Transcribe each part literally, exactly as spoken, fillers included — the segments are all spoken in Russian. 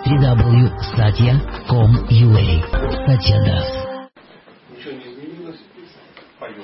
дабл ю дабл ю дабл ю точка сатья точка ком точка ю а. Сатья Дас. Ничего не изменилось? Поем.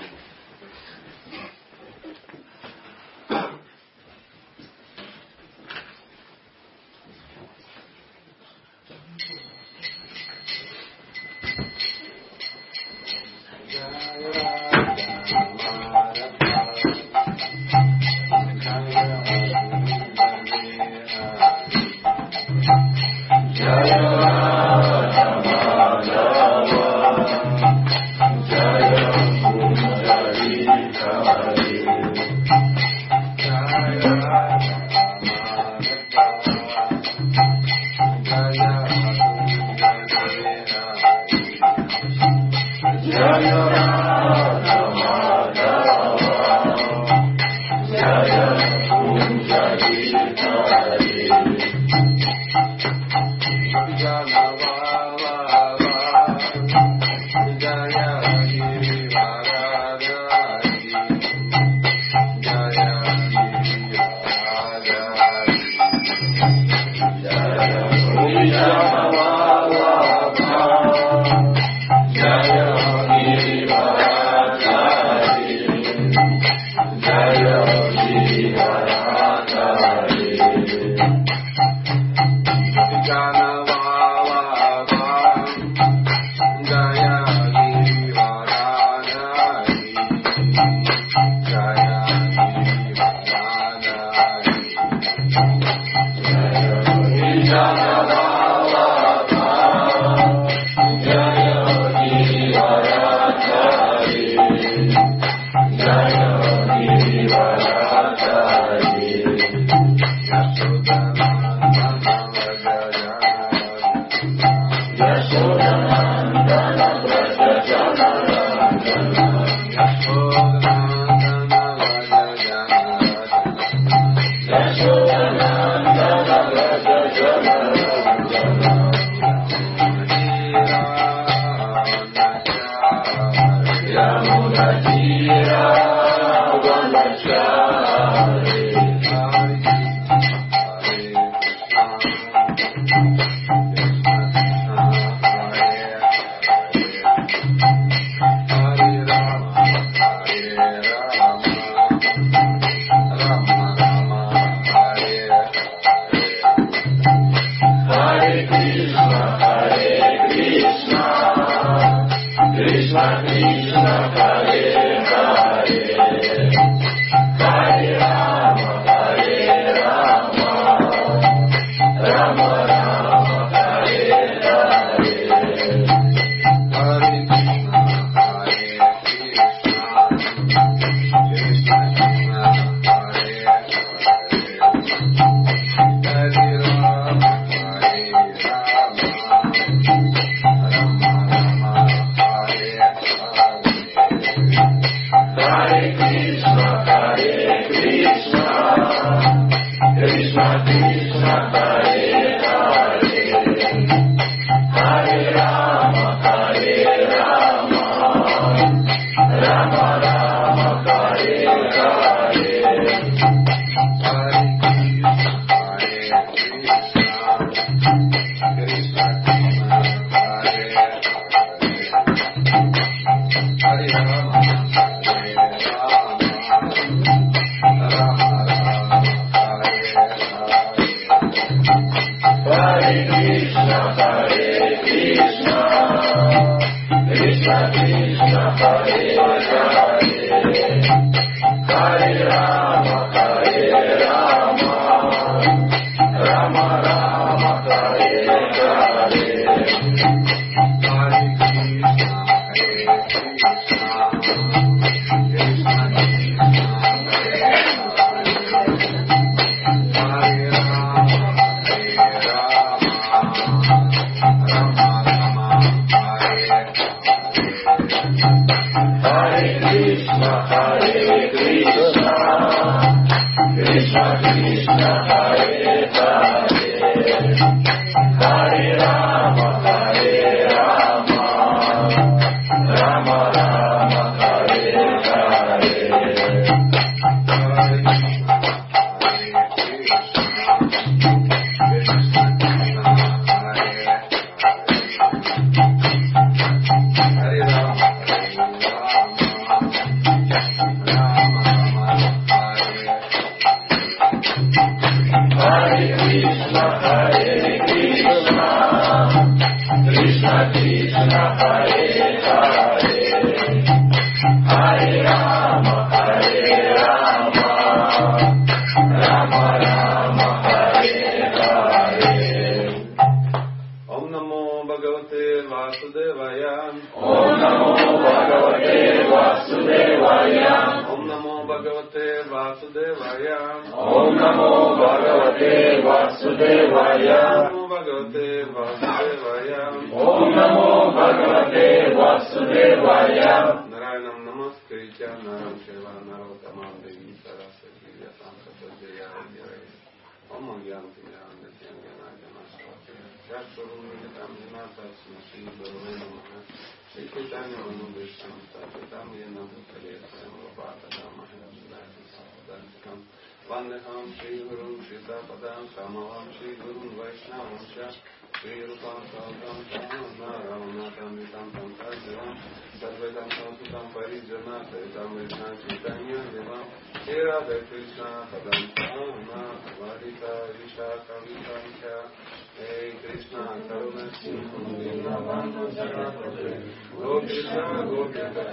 Vandeham Shri Gurun Shitapadam Kamavam Shri Gurun Vaishnavam Shya Shri Rupam Saudam Naravanam Vitam Pankajam Sarvedam Sansutam Parijana Saitam Vishna Chaitanya Devam Shri Radha Krishna Padam Sama Vadita Visha Kavitam Shya Hey Krishna Karuna Sindhu Dinavanu Janapade Go Krishna Go Krishna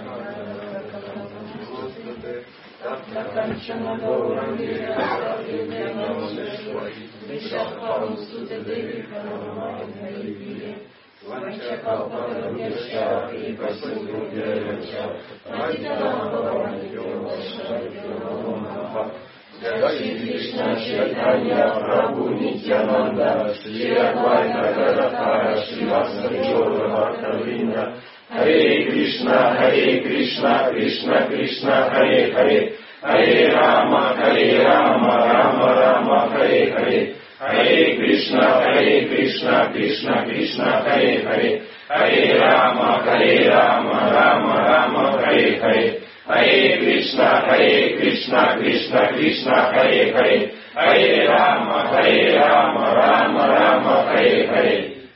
Namaste Tatkanchana Gaurangi Radhe Namaste Vishakam Sute Devi Karamahariye Vanchakalpatarubhyascha Kripasinudhyayascha Vaidyanabhavanayo Vaishnavyo Namo Namaha Jai Krishna Chaitanya Prabhu Nityananda Shri Advaita Gadadhara Srivasadi Gaura Bhakta-vrinda Hare Krishna Hare Krishna Krishna Krishna Hare Hare Hare Rama Hare Rama Rama Rama Hare Hare Hare Krishna Hare Krishna Krishna Krishna Hare Hare Hare Rama Hare Rama Rama Rama Hare Hare Hare Krishna Hare Krishna Krishna Krishna Hare Hare Hare Rama Hare Rama Rama Rama Hare Hare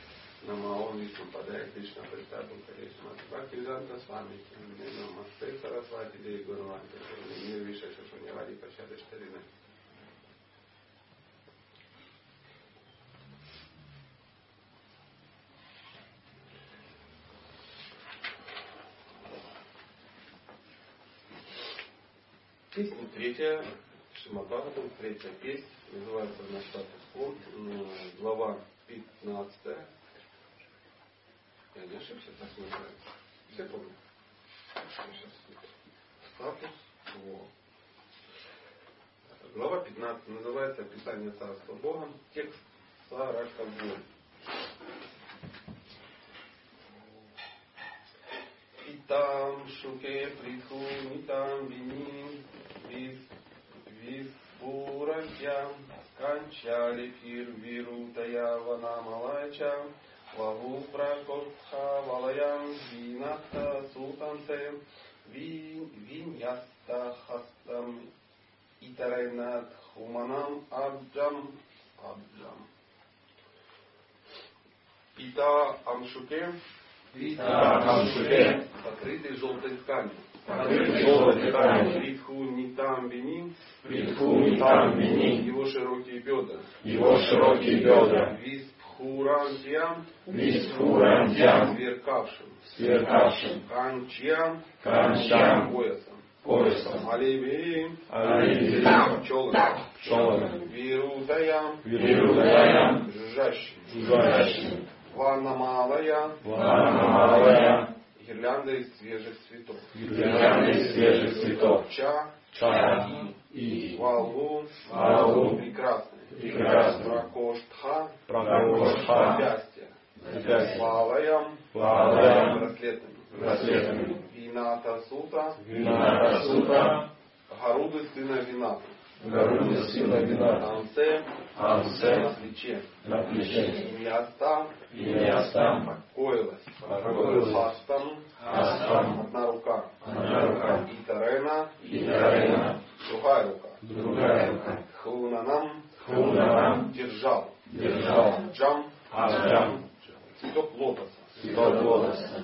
Bhaktivedanta Swami Namaste Saraswati Devi Guruvante Mир Вишеша Шуньявади Пачады Штарины. Песня третья, Шримад-Бхагаватам, третья песня, называется «На статус-кво», глава пятнадцатая. Я не ошибся, так называется. Все помнят? Статус-кво. Глава пятнадцатая называется «Описание Царства Бога». Текст сороковой. Итам шуке притху нитам вини вис виспуратьям канчали фир вирутая ванамалайча вагу пракотха валаям винатта сутанте виньяста хастам итарайнат хуманам абджам абджам. Ита амшуке Пита Амшуке, покрытый желтой тканью. покрытый желтой тканью. Притху нитам вини, Притху нитам вини, его широкие бедра. его широкие бедра. Висбхурантьям, Висбхурантьям, сверкавшим. сверкавшим. Канчьям, Канчьям, поясом. поясом. Алиби, Алиби, пчелами. пчелами. Вирутаям, Вирутаям, жужжащим. жужжащим. Ванамалая, Ванамалая, гирлянда из свежих цветов. гирлянда из свежих цветов. Ча, Ча и валгу, валгу, прекрасный. прекрасный. Пракоштха, Пракоштха, запястье. запястье. Валаям, Валаям, браслетами. браслетами. Вината сута, Вината сута, Гаруды сына Вината. Гаруды сына Вината. Ансе, Ансе, на плече. на плече. Места, И места, покоилась. покоилась. Хастам, Астам, одна рука. одна рука. Итарена, И Тарена, другая рука. другая рука. Хунанам, Хунанам, держал. держал. Джам, Аджам, цветок лотоса. цветок лотоса.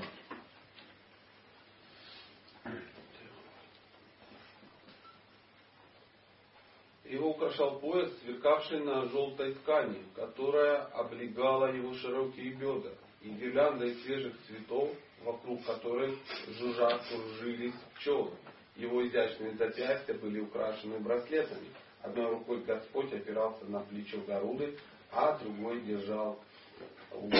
И Его украшал пояс, сверкавший на желтой ткани, которая облегала его широкие бедра, и гирлянда из свежих цветов, вокруг которой жужжа кружились пчелы. Его изящные запястья были украшены браслетами. Одной рукой Господь опирался на плечо Гаруды, а другой держал лоб.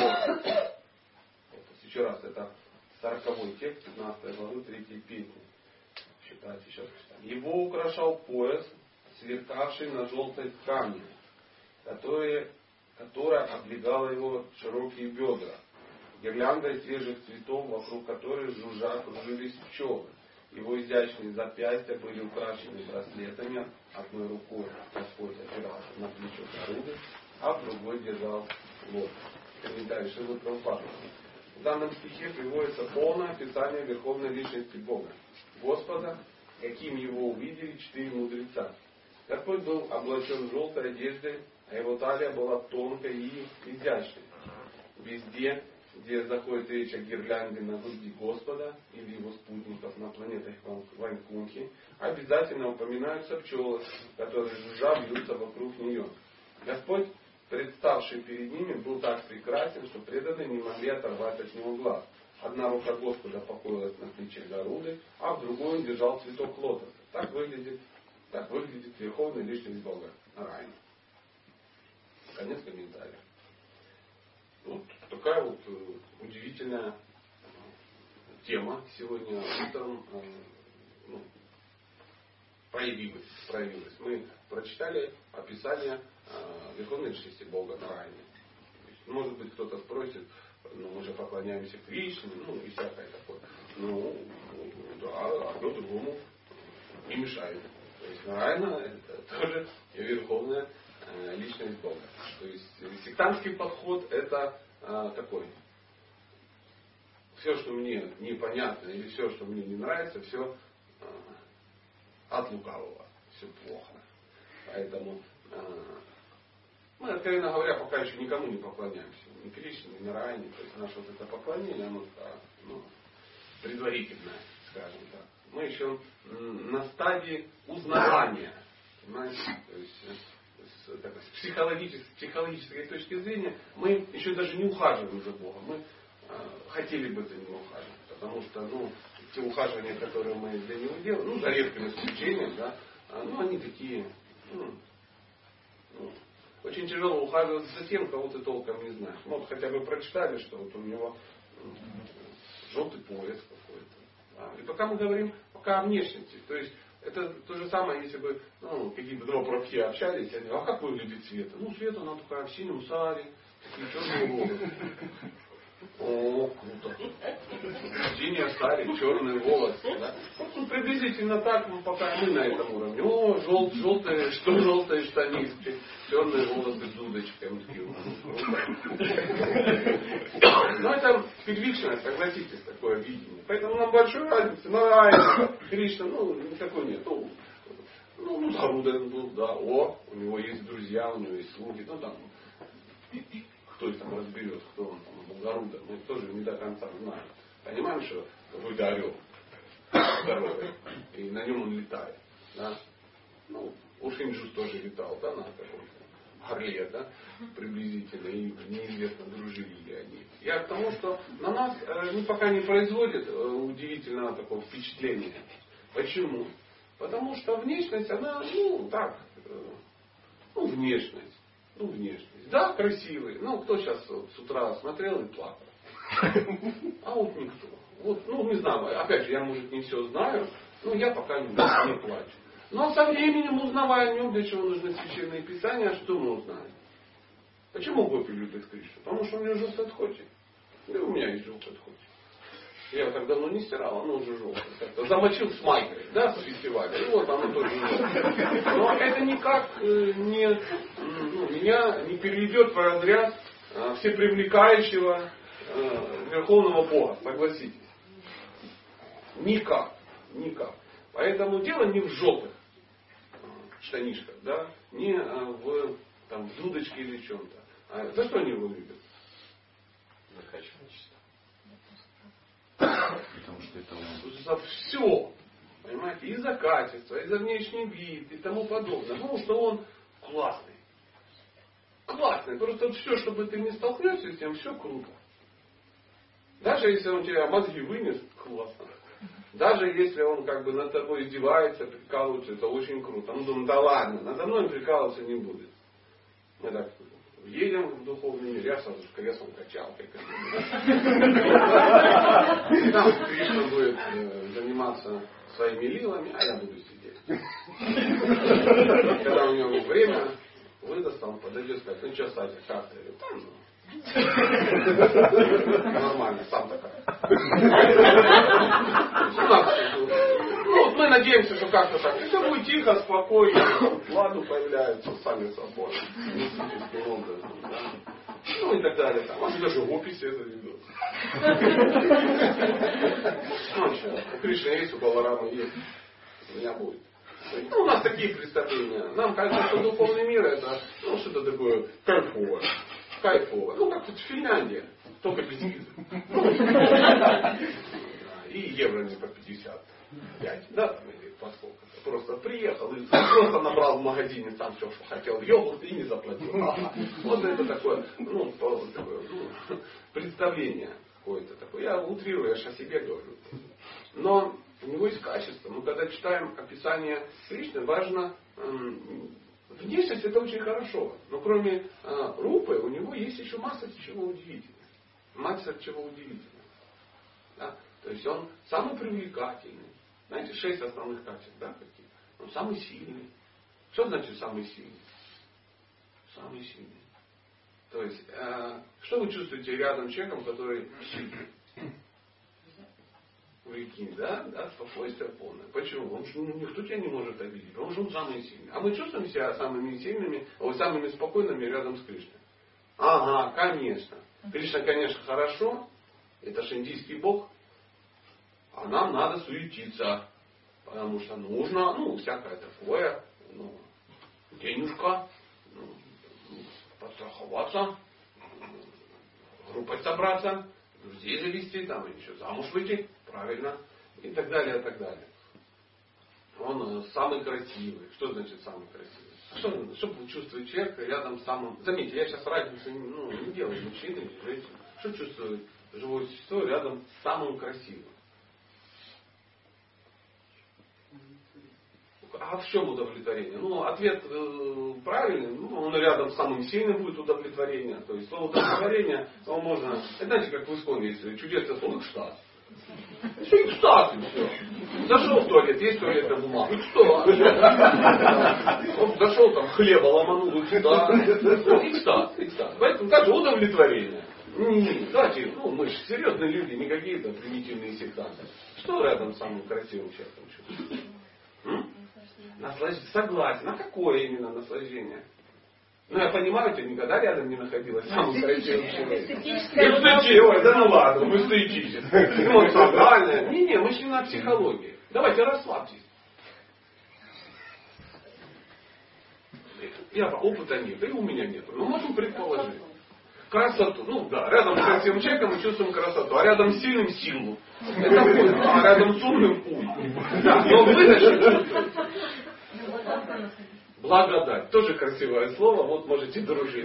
Еще раз, это сороковой текст, пятнадцатой главы, третьей песни. Читайте, сейчас читаем. Его украшал пояс, сверкавший на желтой ткани, которая, которая облегала его широкие бедра. Гирлянда из свежих цветов, вокруг которой жужжа кружились пчелы. Его изящные запястья были украшены браслетами. Одной рукой Господь опирался на плечо Гаруды, а в другой держал лоб. Комментарий Шрилы Прабхупады. В данном стихе приводится полное описание Верховной Личности Бога, Господа, каким его увидели четыре мудреца. Господь был облачен в желтой одеждой, а его талия была тонкой и изящной. Везде, где заходит речь о гирлянде на груди Господа или его спутников на планетах Вайкунхи, обязательно упоминаются пчелы, которые жужжа бьются вокруг нее. Господь, представший перед ними, был так прекрасен, что преданные не могли оторвать от него глаз. Одна рука Господа покоилась на плече Гаруды, а в другой он держал цветок лотоса. Так выглядит, так выглядит Верховная Личность Бога Нараяна. Конец комментария. Вот такая вот удивительная тема сегодня утром ну, проявилась, проявилась. Мы прочитали описание Верховной Личности Бога Нараяны. Может быть, кто-то спросит, ну, мы же поклоняемся Кришне, ну, и всякое такое. Ну, да, одно другому не мешает. То есть Нараяна это тоже Верховная Личность Бога. То есть сектантский подход это а, такой. Все, что мне непонятно или все, что мне не нравится, все а, от лукавого. Все плохо. Поэтому а, мы, откровенно говоря, пока еще никому не поклоняемся. Ни Кришне, ни Нараяне. То есть наше вот это поклонение, оно ну, предварительное, скажем так. Мы еще на стадии узнавания. Понимаете? То есть, с, так, с психологической, психологической точки зрения мы еще даже не ухаживаем за Богом. Мы э, хотели бы за Него ухаживать. Потому что ну, те ухаживания, которые мы для Него делаем, ну, за редким исключением, да, ну, они такие, ну, ну, очень тяжело ухаживать за тем, кого ты толком не знаешь. Ну, вот хотя бы прочитали, что вот у него ну, желтый пояс какой-то. Да. И пока мы говорим пока о внешности, то есть это то же самое, если бы ну, какие-то два прабхи общались, они говорят, а как выглядит Света? Ну, Света, она такая в синем саре, такие черные волосы. О, круто. Синяя саре, черные волосы. Да? Ну, приблизительно так, ну, пока мы на этом уровне. О, жел, желтые, что желтые штанишки, черные волосы с удочками. Ну, это первичное, согласитесь, такое видение. Поэтому нам большой разницы. Нараяна, Кришна, ну, никакой нет. Ну, ну, ну Гаруда был, да. О, у него есть друзья, у него есть слуги. Ну, там, кто их там разберет, кто он там был Гаруда. Мы тоже не до конца знаем. Понимаем, что какой-то орел здоровый. И на нем он летает. Да? Ну, Ушинджус тоже летал, да, на каком-то орле, да, приблизительно. И неизвестно, дружили ли они. Я к тому, что на нас э, пока не производит э, удивительного такого впечатления. Почему? Потому что внешность, она, ну, так, э, ну, внешность. Ну, внешность. Да, красивый. Ну, кто сейчас вот, с утра смотрел и плакал? А вот никто. Вот, ну, не знаю. Опять же, я, может, не все знаю, но я пока не, не плачу. Но со временем, узнавая о нем, для чего нужны священные писания, что мы узнаем? Почему гопи любят Кришну? Потому что у него желтый отходчик. И у меня есть желтый отходчик. Я так давно не стирал, оно уже желтое. Как-то замочил с майкой, да, с фестиваля. И вот оно тоже желтое. Но это никак э, не, ну, меня не переведет в разряд э, всепривлекающего э, Верховного Бога. Согласитесь. Никак. Никак. Поэтому дело не в желтых штанишках, да, не в, там, в дудочке или чем-то. А за что они его любят? За качество. Потому что это он. За все. Понимаете? части из-за качества, из-за внешний вид и тому подобное. Ну, что он классный. Классный. Просто вот все, чтобы ты не столкнулся с тем, все круто. Даже если он тебя мозги вынес, классно. Даже если он как бы над тобой издевается, прикалывается, это очень круто. Ну, думаю, да ладно, надо мной прикалываться не будет. Мы так едем в духовный мир, я сразу в креслом качалкой. Там Кришна будет заниматься своими лилами, а я буду сидеть. Когда у него время выдаст, он подойдет и скажет, ну что, Сатя, как ты? Нормально, сам такая. Ну, вот мы надеемся, что как-то так. И все будет тихо, спокойно. Ладу появляются сами собой. Мистическим образом. Да? Ну и так далее. Там. Может даже в описи это ведут. Ну что, у Кришны есть, у Баларамы есть. У меня будет. Ну, у нас такие представления. Нам кажется, что духовный мир это ну, что-то такое кайфовое. Кайфово. Ну, как тут Финляндия. Только без визы. И евро не по пятьдесят пять. Да, там или по сколько. Просто приехал и просто набрал в магазине там все, что хотел. Йогурт и не заплатил. Ага. Вот это такое, ну, такое ну, представление какое-то такое. Я утрирую, я же о себе говорю. Но у него есть качество. Мы когда читаем описание Кришны, важно эм, внешность это очень хорошо. Но кроме э, рупы у него есть еще масса чего удивительного. Масса чего удивительного. Да? То есть он самый привлекательный. Знаете, шесть основных качеств, да, какие? Он самый сильный. Что значит самый сильный? Самый сильный. То есть, э, что вы чувствуете рядом с человеком, который сильный? Прикинь, да? Да, спокойствие полное. Почему? Он, ну, никто тебя не может обидеть, потому что он самый сильный. А мы чувствуем себя самыми сильными, о, самыми спокойными рядом с Кришной. Ага, конечно. Кришна, конечно, хорошо. Это же индийский бог. А нам надо суетиться. Потому что нужно, ну, всякое такое, ну, денежка, ну, подстраховаться, группой собраться, друзей завести, там, еще замуж выйти, правильно, и так далее, и так далее. Он самый красивый. Что значит самый красивый? Что, что чувствует человек рядом с самым... Заметьте, я сейчас разницу ну, не делаю, мужчины или женщины. Что чувствует живое существо рядом с самым красивым? А в чем удовлетворение? Ну, ответ э, правильный, ну, он рядом с самым сильным будет удовлетворение. То есть слово удовлетворение, его можно... Это знаете, как в Исконе есть чудесное слово экстаз. Все экстаз, и все. Зашел в туалет, есть туалетная бумага. Экстаз. Он зашел, там хлеба ломанул, экстаз. Экстаз, экстаз. Поэтому также удовлетворение. Не, давайте, ну, мы же серьезные люди, не какие-то примитивные сектанты. Что рядом с самым красивым человеком чувствует? Наслаждение. Согласен. А какое именно наслаждение? Ну, я понимаю, ты никогда рядом не находилась самым красивым человеком. Эстетическое. Да ну ладно, мы эстетическое. Эмоциональное. Не-не, мы же не на психологии. Давайте расслабьтесь. Я опыта нет, и у меня нет. Но можем предположить. Красоту. Ну да, рядом с красивым человеком мы чувствуем красоту, а рядом с сильным силу. Это путь, а рядом с умным путь. Да, но вы даже чувствуете. Благодать. Тоже красивое слово, вот можете дружить.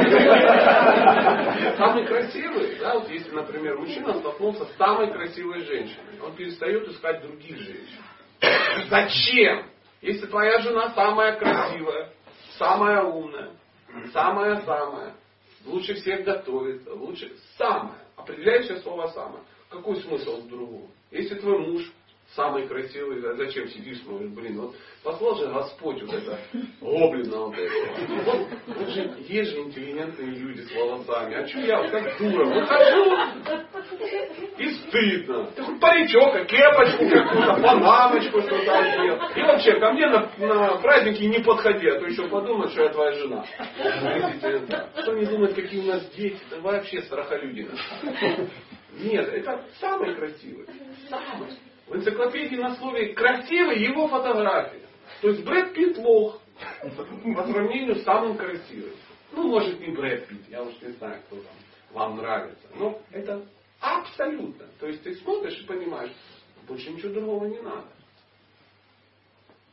Самый красивый, да, вот если, например, мужчина столкнулся с самой красивой женщиной, он перестает искать других женщин. Зачем? Если твоя жена самая красивая, самая умная, самая-самая, лучше всех готовит, лучше самое. Определяющее слово самое. Какой смысл в другом? Если твой муж самый красивый, зачем сидишь, смотришь, блин, вот послал же Господь вот это гоблина вот этого. Вот, вот же, есть же интеллигентные люди с волосами. А что я вот как дура выхожу и стыдно. Ты хоть паричок, а кепочку какую-то, панамочку что-то одел. И вообще ко мне на, на праздники не подходи, а то еще подумают, что я твоя жена. Что не думают, какие у нас дети, это вообще страхолюдина. Нет, это самый красивый. Самый. В энциклопедии на слове «красивый» его фотография. То есть Брэд Питт лох по сравнению с самым красивым. Ну, может, не Брэд Питт, я уж не знаю, кто там вам нравится. Но это абсолютно. То есть ты смотришь и понимаешь, больше ничего другого не надо.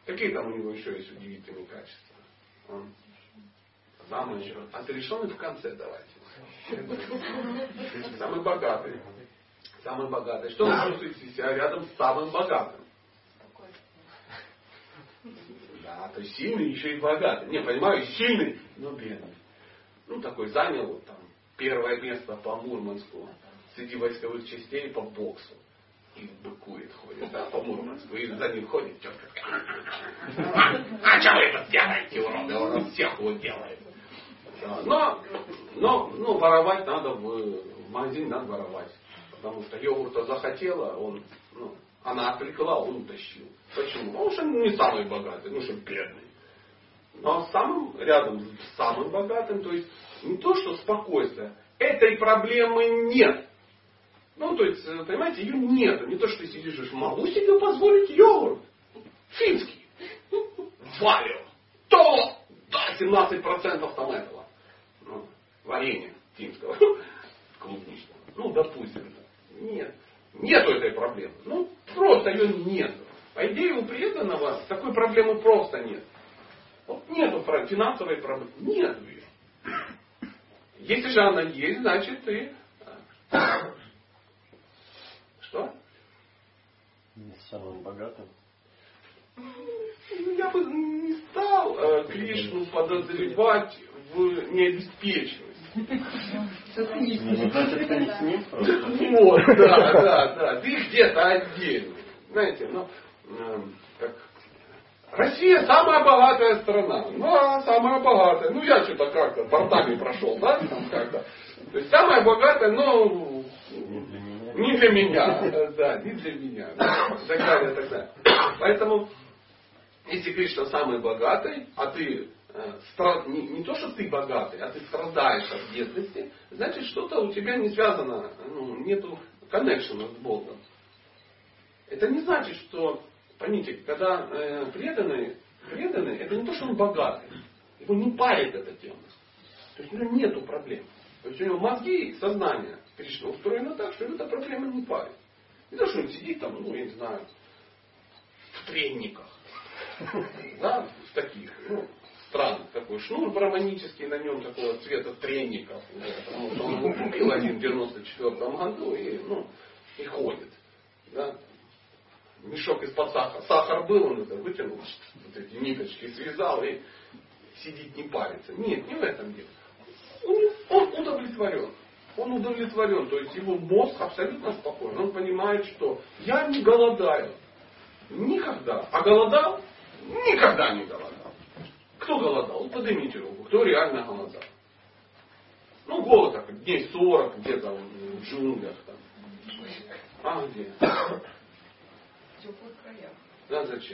Какие там у него еще есть удивительные качества? Он самый еще. Отрешенный в конце давайте. Самый богатый. Самый богатый. Что вы чувствуете себя рядом с самым богатым? Да, то есть сильный еще и богатый. Не, понимаю, сильный, но бедный. Ну, такой занял вот, там первое место по Мурманску среди войсковых частей по боксу. И быкует, ходит, да, по Мурманску. И за ним ходит тетка. А что вы это делаете, уроды? Он всех вот делает. Да. Но, но ну, воровать надо в, в магазин, надо воровать. Потому что йогурта захотела, он, ну, она отвлекла, он утащил. Почему? Потому что он не самый богатый, ну что бедный. Но самым рядом с самым богатым, то есть не то, что спокойствие, этой проблемы нет. Ну, то есть, понимаете, ее нет. Не то, что ты сидишь и могу себе позволить йогурт. Финский. Валю. То! Да, семнадцать процентов там этого. Ну, варенья финского. Клубничного. Ну, допустим. Нет. Нету этой проблемы. Ну, просто ее нет. По идее, у преданного такой проблемы просто нет. Вот нету финансовой проблемы. Нет ее. Если же она есть, значит ты... Что? Не самым богатым. Я бы не стал э, Кришну подозревать в необеспеченности. Вот, да, да, да. Ты где-то отдельно. Знаете, ну, э, как... Россия самая богатая страна. Ну, а самая богатая. Ну, я что-то как-то бортами прошел, да, там как-то. То есть самая богатая, но не для меня. Да, не для меня. И так далее, и так далее. Поэтому, если Кришна самый богатый, а ты э, страд... не, не то, что ты богатый, а ты страдаешь от бедности, значит, что-то у тебя не связано, ну, нету коннекшена с Богом. Это не значит, что, поймите, когда э, преданный, преданный, это не то, что он богатый. Его не парит эта тема. То есть у него нету проблем. То есть у него мозги и сознание Кришна устроено так, что эта проблема не парит. Не то, что он сидит там, ну, я не знаю, в тренниках. Да, в таких, ну, странных. Такой шнур браманический, на нем такого цвета тренников. Да, потому что он его купил один в девяносто четвёртом году и, ну, и ходит. Да. Мешок из-под сахара. Сахар был, он это вытянул, вот эти ниточки связал и сидит, не парится. Нет, не в этом дело. Он, он удовлетворен. Он удовлетворен. То есть его мозг абсолютно спокоен. Он понимает, что я не голодаю. Никогда. А голодал? Никогда не голодал. Кто голодал? Поднимите руку. Кто реально голодал? Ну, голод такой, дней сорок, где-то в джунглях. Там. А где? В теплых краях. Да, зачем?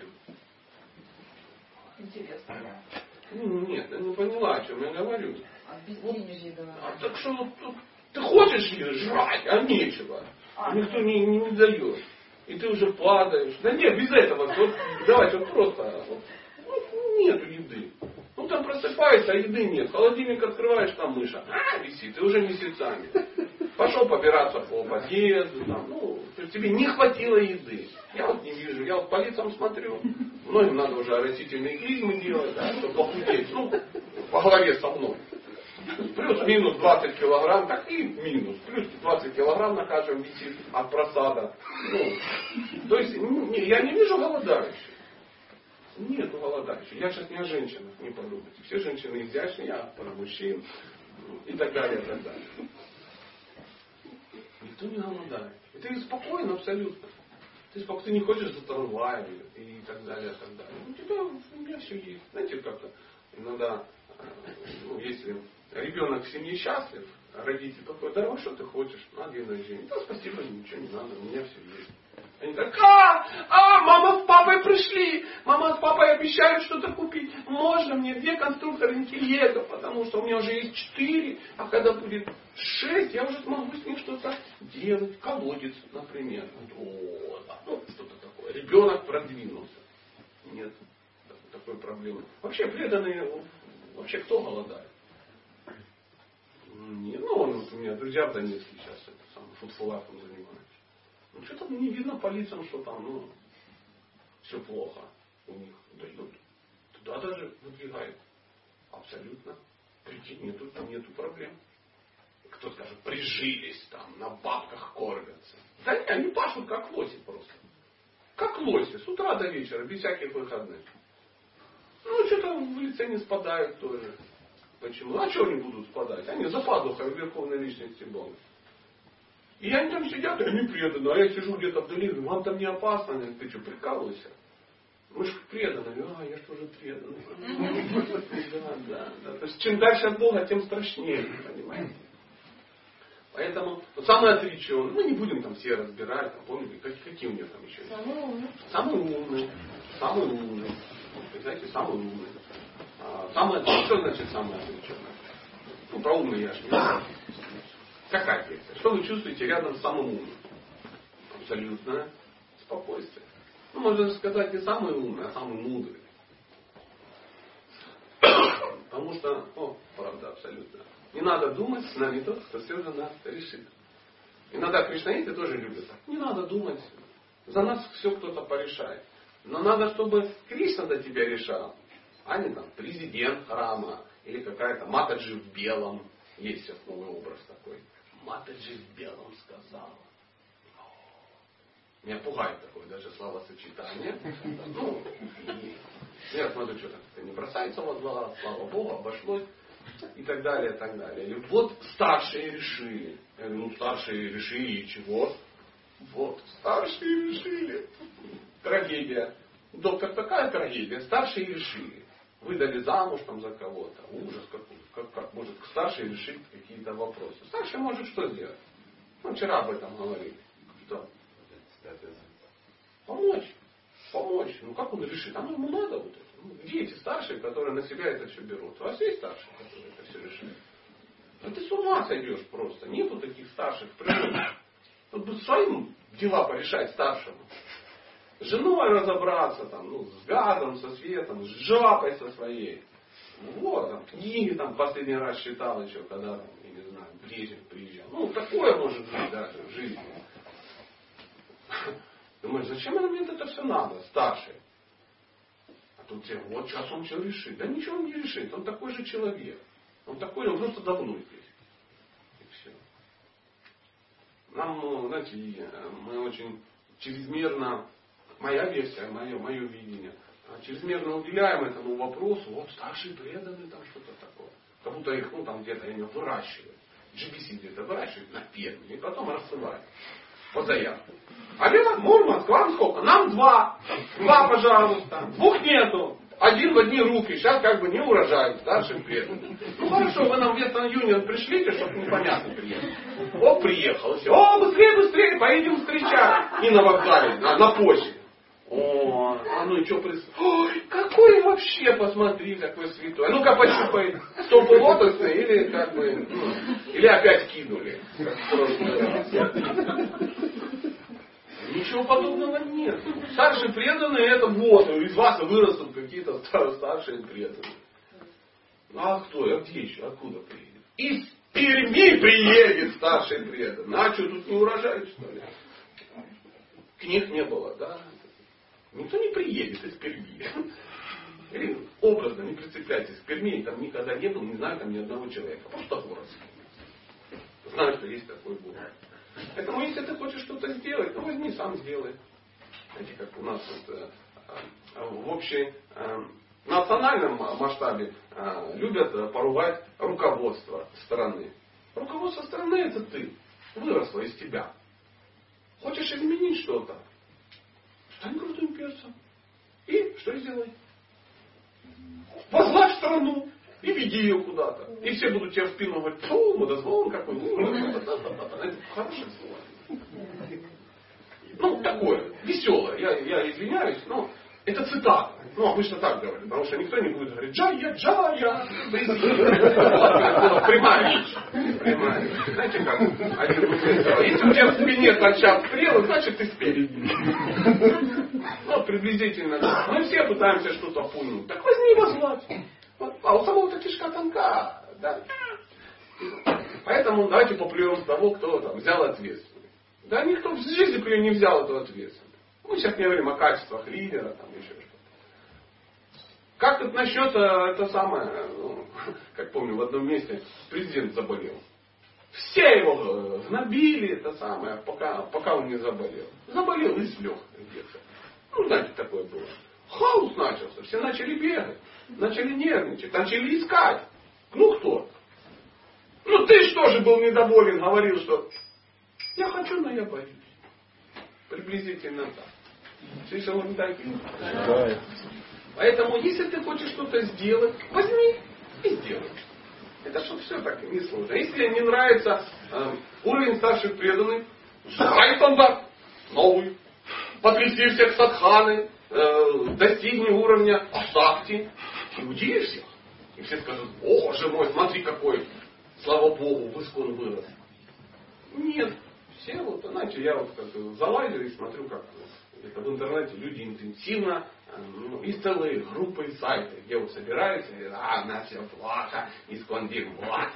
Интересно, да. Ну, нет, я не поняла, о чем я говорю. А без денежья говорят. А так что, ну, ты хочешь жрать, а нечего. А, Никто не, не, не дает. И ты уже падаешь. Да нет, без этого. Вот, давайте вот просто. Вот, вот нету еды. Ну там просыпаешься, а еды нет. Холодильник открываешь, там мыша. А, висит. И уже месяцами. Пошел побираться по подъезду. Там, ну, то есть тебе не хватило еды. Я вот не вижу. Я вот по лицам смотрю. Многим надо уже растительные клизмы делать, да, чтобы похудеть. Ну, по голове со мной. Плюс-минус двадцать килограмм, так и минус. Плюс двадцать килограмм на каждом висит от просада. Ну, то есть не, я не вижу голодающих. Нету голодающих. Я сейчас не о женщинах, не подумайте. Все женщины изящные, я про мужчин и так далее, и так далее. Никто не голодает. И ты спокоен абсолютно. Ты спокойно, ты не хочешь за трамваем и так далее, и так далее. У тебя, у меня все есть. Знаете, как-то иногда, ну, если ребенок в семье счастлив, родитель такой, да, что ты хочешь, на день рождения. Да, спасибо, ничего не надо, у меня все есть. Они так, а, а, мама с папой пришли, мама с папой обещают что-то купить. Можно мне две конструкторинки Лего, потому что у меня уже есть четыре, а когда будет шесть, я уже смогу с них что-то делать. Колодец, например. О, да, ну, что-то такое. Ребенок продвинулся. Нет такой проблемы. Вообще преданные, вообще кто голодает? Не, ну, он, вот у меня друзья в Донецке сейчас это самое, фудфулаком занимаются. Ну, что-то не видно по лицам, что там, ну, все плохо. у них дают. Туда даже выдвигают. Абсолютно. Прийти нету, нету проблем. Кто скажет, прижились там, на бабках кормятся. Да нет, они пашут как лоси просто. Как лоси, с утра до вечера, без всяких выходных. Ну, что-то в лице не спадают тоже. Почему? А что они будут спадать? Они за пазухой в Верховной Личности Бога. И они там сидят, и они преданы. А я сижу где-то вдали, говорю, вам там не опасно? Они, ты что, прикалываешься? Мы же преданы. А, я же тоже преданный. Да, да, да. То есть, чем дальше от Бога, тем страшнее, понимаете? Поэтому вот самый отреченный, мы не будем там все разбирать, там, помните, как, какие у них там еще есть? Самый умный. Самый умный. Самый умный. Вы знаете, самый умный. А, самый отреченный. Что значит самый отреченный? Ну, про умный я же не знаю. Какая песня? Что вы чувствуете рядом с самым умным? Абсолютное спокойствие. Ну, можно сказать, не самый умный, а самый мудрый. Потому что, о, правда, абсолютно. Не надо думать, с нами тот, кто все за нас решит. Иногда кришнаиты тоже любят так. Не надо думать. За нас все кто-то порешает. Но надо, чтобы Кришна за тебя решал. А не там президент храма. Или какая-то Матаджи в белом. Есть сейчас новый образ такой. Матаджи в белом сказала. Меня пугает такое даже словосочетание. Ну, и я смотрю, что-то не бросается во глаза, слава Богу, обошлось. И так далее, и так далее. Или вот старшие решили. Я говорю, ну старшие решили и чего? Вот, старшие решили. Трагедия. Доктор, такая трагедия. Старшие решили. Выдали замуж там за кого-то. Ужас какой. Как, как может старший решить какие-то вопросы? Старший может что сделать? Мы вчера об этом говорили. Что? Помочь. Помочь. Ну как он решит? А ну ему надо вот это. Ну, где эти старшие, которые на себя это все берут? У вас есть старшие, которые это все решают? Ну ты с ума сойдешь просто. Нету таких старших в природе. Тут бы своим дела порешать старшему. С женой разобраться, там, ну, с газом, со светом, с жабой со своей. Вот, там, книги там последний раз читал еще, когда, там, я не знаю, Брежнев приезжал. Ну, такое может быть даже в жизни. Думаешь, зачем мне это все надо, старший? А тут тебе, вот сейчас он все решит. Да ничего он не решит, он такой же человек. Он такой, он просто давно здесь. И все. Нам, знаете, мы очень чрезмерно, моя версия, мое, мое видение, чрезмерно уделяем этому вопросу, вот старшие преданные, там что-то такое. Как будто их, ну, там где-то они выращивают. джи би си где-то выращивают на ферме и потом рассылают. По заявке. А Лена, Мурманск, вам сколько? Нам два. Два, пожалуйста. Двух нету. Один в одни руки. Сейчас как бы не урожай. Старшим преданным. Ну хорошо, вы нам в Western Union пришлите, чтобы непонятно приехал. О, приехал. Все. О, быстрее, быстрее, поедем встречать. И на вокзале, на, на почте. О, а ну и что происходит? Ой, какой вообще, посмотри, какой святой. А ну-ка пощупай, стопы лотосные или как бы, ну, или опять кинули. Ничего подобного нет. Старшие преданные это вот, из вас вырастут какие-то старшие преданные. Ну а кто? А где еще? Откуда приедет? Из Перми приедет старший преданный. А что, тут не урожай, что ли? Книг не было, да? Никто не приедет из Перми. Или образно не прицепляйтесь. В Перми там никогда не был, не знаю там ни одного человека. Просто город. Знаю, что есть такой город. Поэтому если ты хочешь что-то сделать, то возьми, сам сделай. Знаете, как у нас вот, в общем национальном масштабе любят поругать руководство страны. Руководство страны это ты. Выросло из тебя. Хочешь изменить что-то? Стань крутым перцем. И что сделай? Возглавь страну. И веди ее куда-то. И все будут тебя в спину говорить, фу, мудозвон какой. Это хорошее слово. Ну, такое, веселое. Я, я извиняюсь, но это цитата. Ну, обычно так говорят. Потому что никто не будет говорить, джая, джая. Прямая речь. Прямая речь. Знаете как? Один мудрец сказал, если у тебя в спине торчат стрелы, значит ты спереди. Ну, приблизительно. Мы все пытаемся что-то понять. Так возьми его звать. А у самого-то кишка тонка. Да? Поэтому давайте поплюем с того, кто там взял ответственность. Да никто в жизни не взял эту ответственность. Мы сейчас не говорим о качествах лидера, там еще что-то. Как тут насчет это самое, ну, как помню, в одном месте президент заболел. Все его гнобили, это самое, пока, пока он не заболел. Заболел и слег где-то. Ну, знаете, такое было. Хаос начался, все начали бегать, начали нервничать, начали искать. Ну кто? Ну ты что же был недоволен, говорил, что я хочу, но я боюсь. Приблизительно так. Слышал он такие? Да. Поэтому, если ты хочешь что-то сделать, возьми и сделай. Это что все так несложно. Если тебе не нравится э, уровень старших преданных, сжигай стандарт новый. Потряси всех садханы, э, достигни уровня асакти и удивишь всех. И все скажут, боже мой, смотри какой, слава Богу, в Искон вырос. Нет, все вот, знаете, я вот как залазил и смотрю, как это в интернете люди интенсивно, ну, и целые группы и сайты, где вот собираются, и а, на все плохо, Искон дерьмо,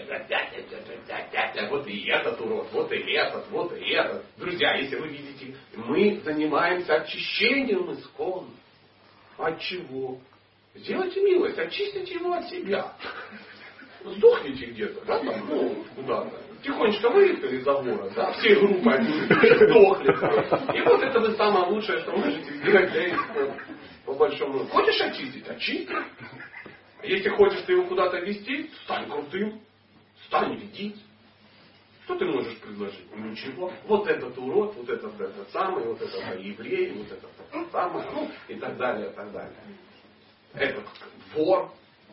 вот и этот урод, вот и этот, вот и этот. Друзья, если вы видите, мы занимаемся очищением Искон. От чего? Сделайте милость, очистите его от себя. Сдохните где-то, да, там, ну, куда-то. Тихонечко выехали за город, да, все группы сдохли. И вот это вы самое лучшее, что можете сделать для Искона. По большому. Хочешь очистить? Очисти. Если хочешь ты его куда-то вести, стань крутым. Стань ведить. Что ты можешь предложить? Ничего. Вот этот урод, вот этот, этот самый, вот этот еврей, вот этот, этот самый, ну, и так далее, и так далее. Этот вор.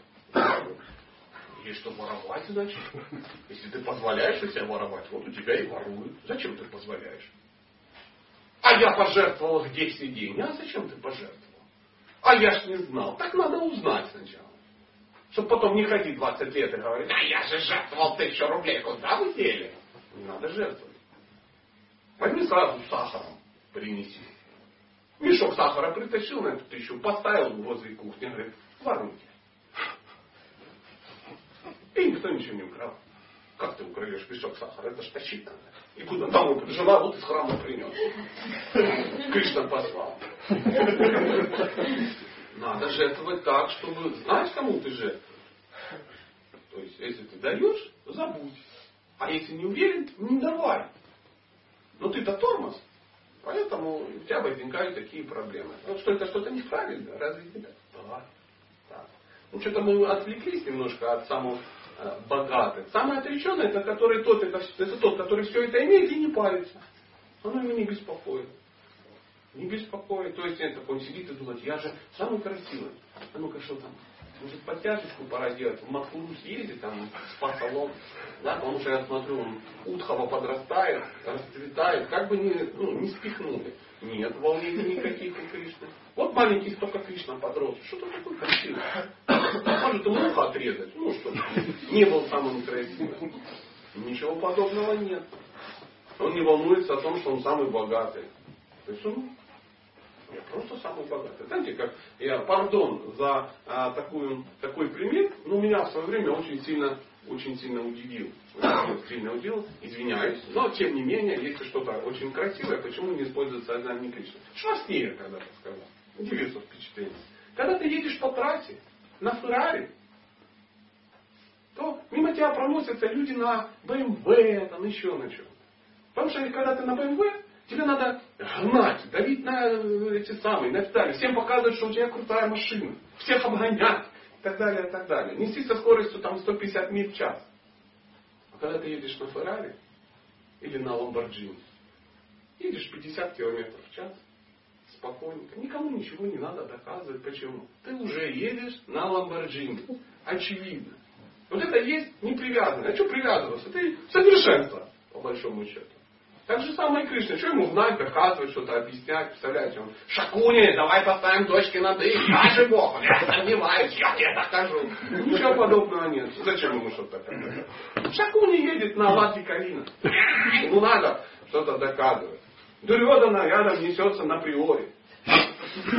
Есть что воровать, значит. Если ты позволяешь себе воровать, вот у тебя и воруют. Зачем ты позволяешь? А я пожертвовал где все деньги. А зачем ты пожертвовал? А я ж не знал. Так надо узнать сначала. Чтобы потом не ходить двадцать лет и говорить, а я же жертвовал тысячу рублей. Куда вы дели? Не надо жертвовать. Возьми сразу сахаром принеси. Мешок сахара притащил на эту тысячу, поставил возле кухни, говорит, воруйте. И никто ничего не украл. Как ты украдешь мешок сахара? Это ж тащить надо. И куда? Домой. Жена вот из храма принес. Кришна послал. Надо жертвовать так, чтобы... Знаешь, кому ты жертвуешь? То есть, если ты даешь, забудь. А если не уверен, не давай. Но ты-то тормоз. Поэтому у тебя возникают такие проблемы. Вот что это что-то неправильно, разве не так? Да. Так. Ну, что-то мы отвлеклись немножко от самого э, богатых. Самый отреченный, это, который тот, это, это тот, который все это имеет и не парится. Оно его не беспокоит. Не беспокоит. То есть это, он сидит и думает, я же самый красивый. А ну-ка, что там? Может, подтяжечку пора делать, в Москву съездить, там, в спа-салон. Да, потому что я смотрю, он утхово подрастает, расцветает, как бы не, ну, не спихнули. Нет волнений никаких у Кришны. Вот маленький столько Кришна подрос. Что-то такое красивое. Может, ему ухо отрезать. Ну, что не был самым красивым. Ничего подобного нет. Он не волнуется о том, что он самый богатый. То есть он я просто самый богатый. Знаете, как я, пардон за а, такую, такой пример, но меня в свое время очень сильно, очень сильно удивил. Очень сильно удивил, извиняюсь. Но тем не менее, если что-то очень красивое, почему не использовать сознание Кришны? Шварценеггер когда-то сказал. Удивился впечатление. Когда ты едешь по трассе на Феррари, то мимо тебя проносятся люди на бэ эм вэ, там еще на чем. Потому что когда ты на бэ эм вэ, тебе надо гнать, давить на эти самые, на педали, всем показывать, что у тебя крутая машина, всех обгонять, и так далее, и так далее. Неси со скоростью там сто пятьдесят миль в час. А когда ты едешь на Феррари или на Ламборджини, едешь пятьдесят километров в час, спокойненько, никому ничего не надо доказывать. Почему? Ты уже едешь на Ламборджини. Очевидно. Вот это есть непривязанность. А что привязываться? Ты совершенство, по большому счету. Так же самое и Кришна. Что ему знать, доказывать, что-то объяснять? Представляете, он Шакуни, давай поставим точки над «и». Я же Бог, я сомневаюсь, я тебе докажу. Ничего подобного нет. Зачем ему что-то доказывать? Шакуни едет на ладе Калина. Ему надо что-то доказывать. Дурьодана рядом несется на приоре.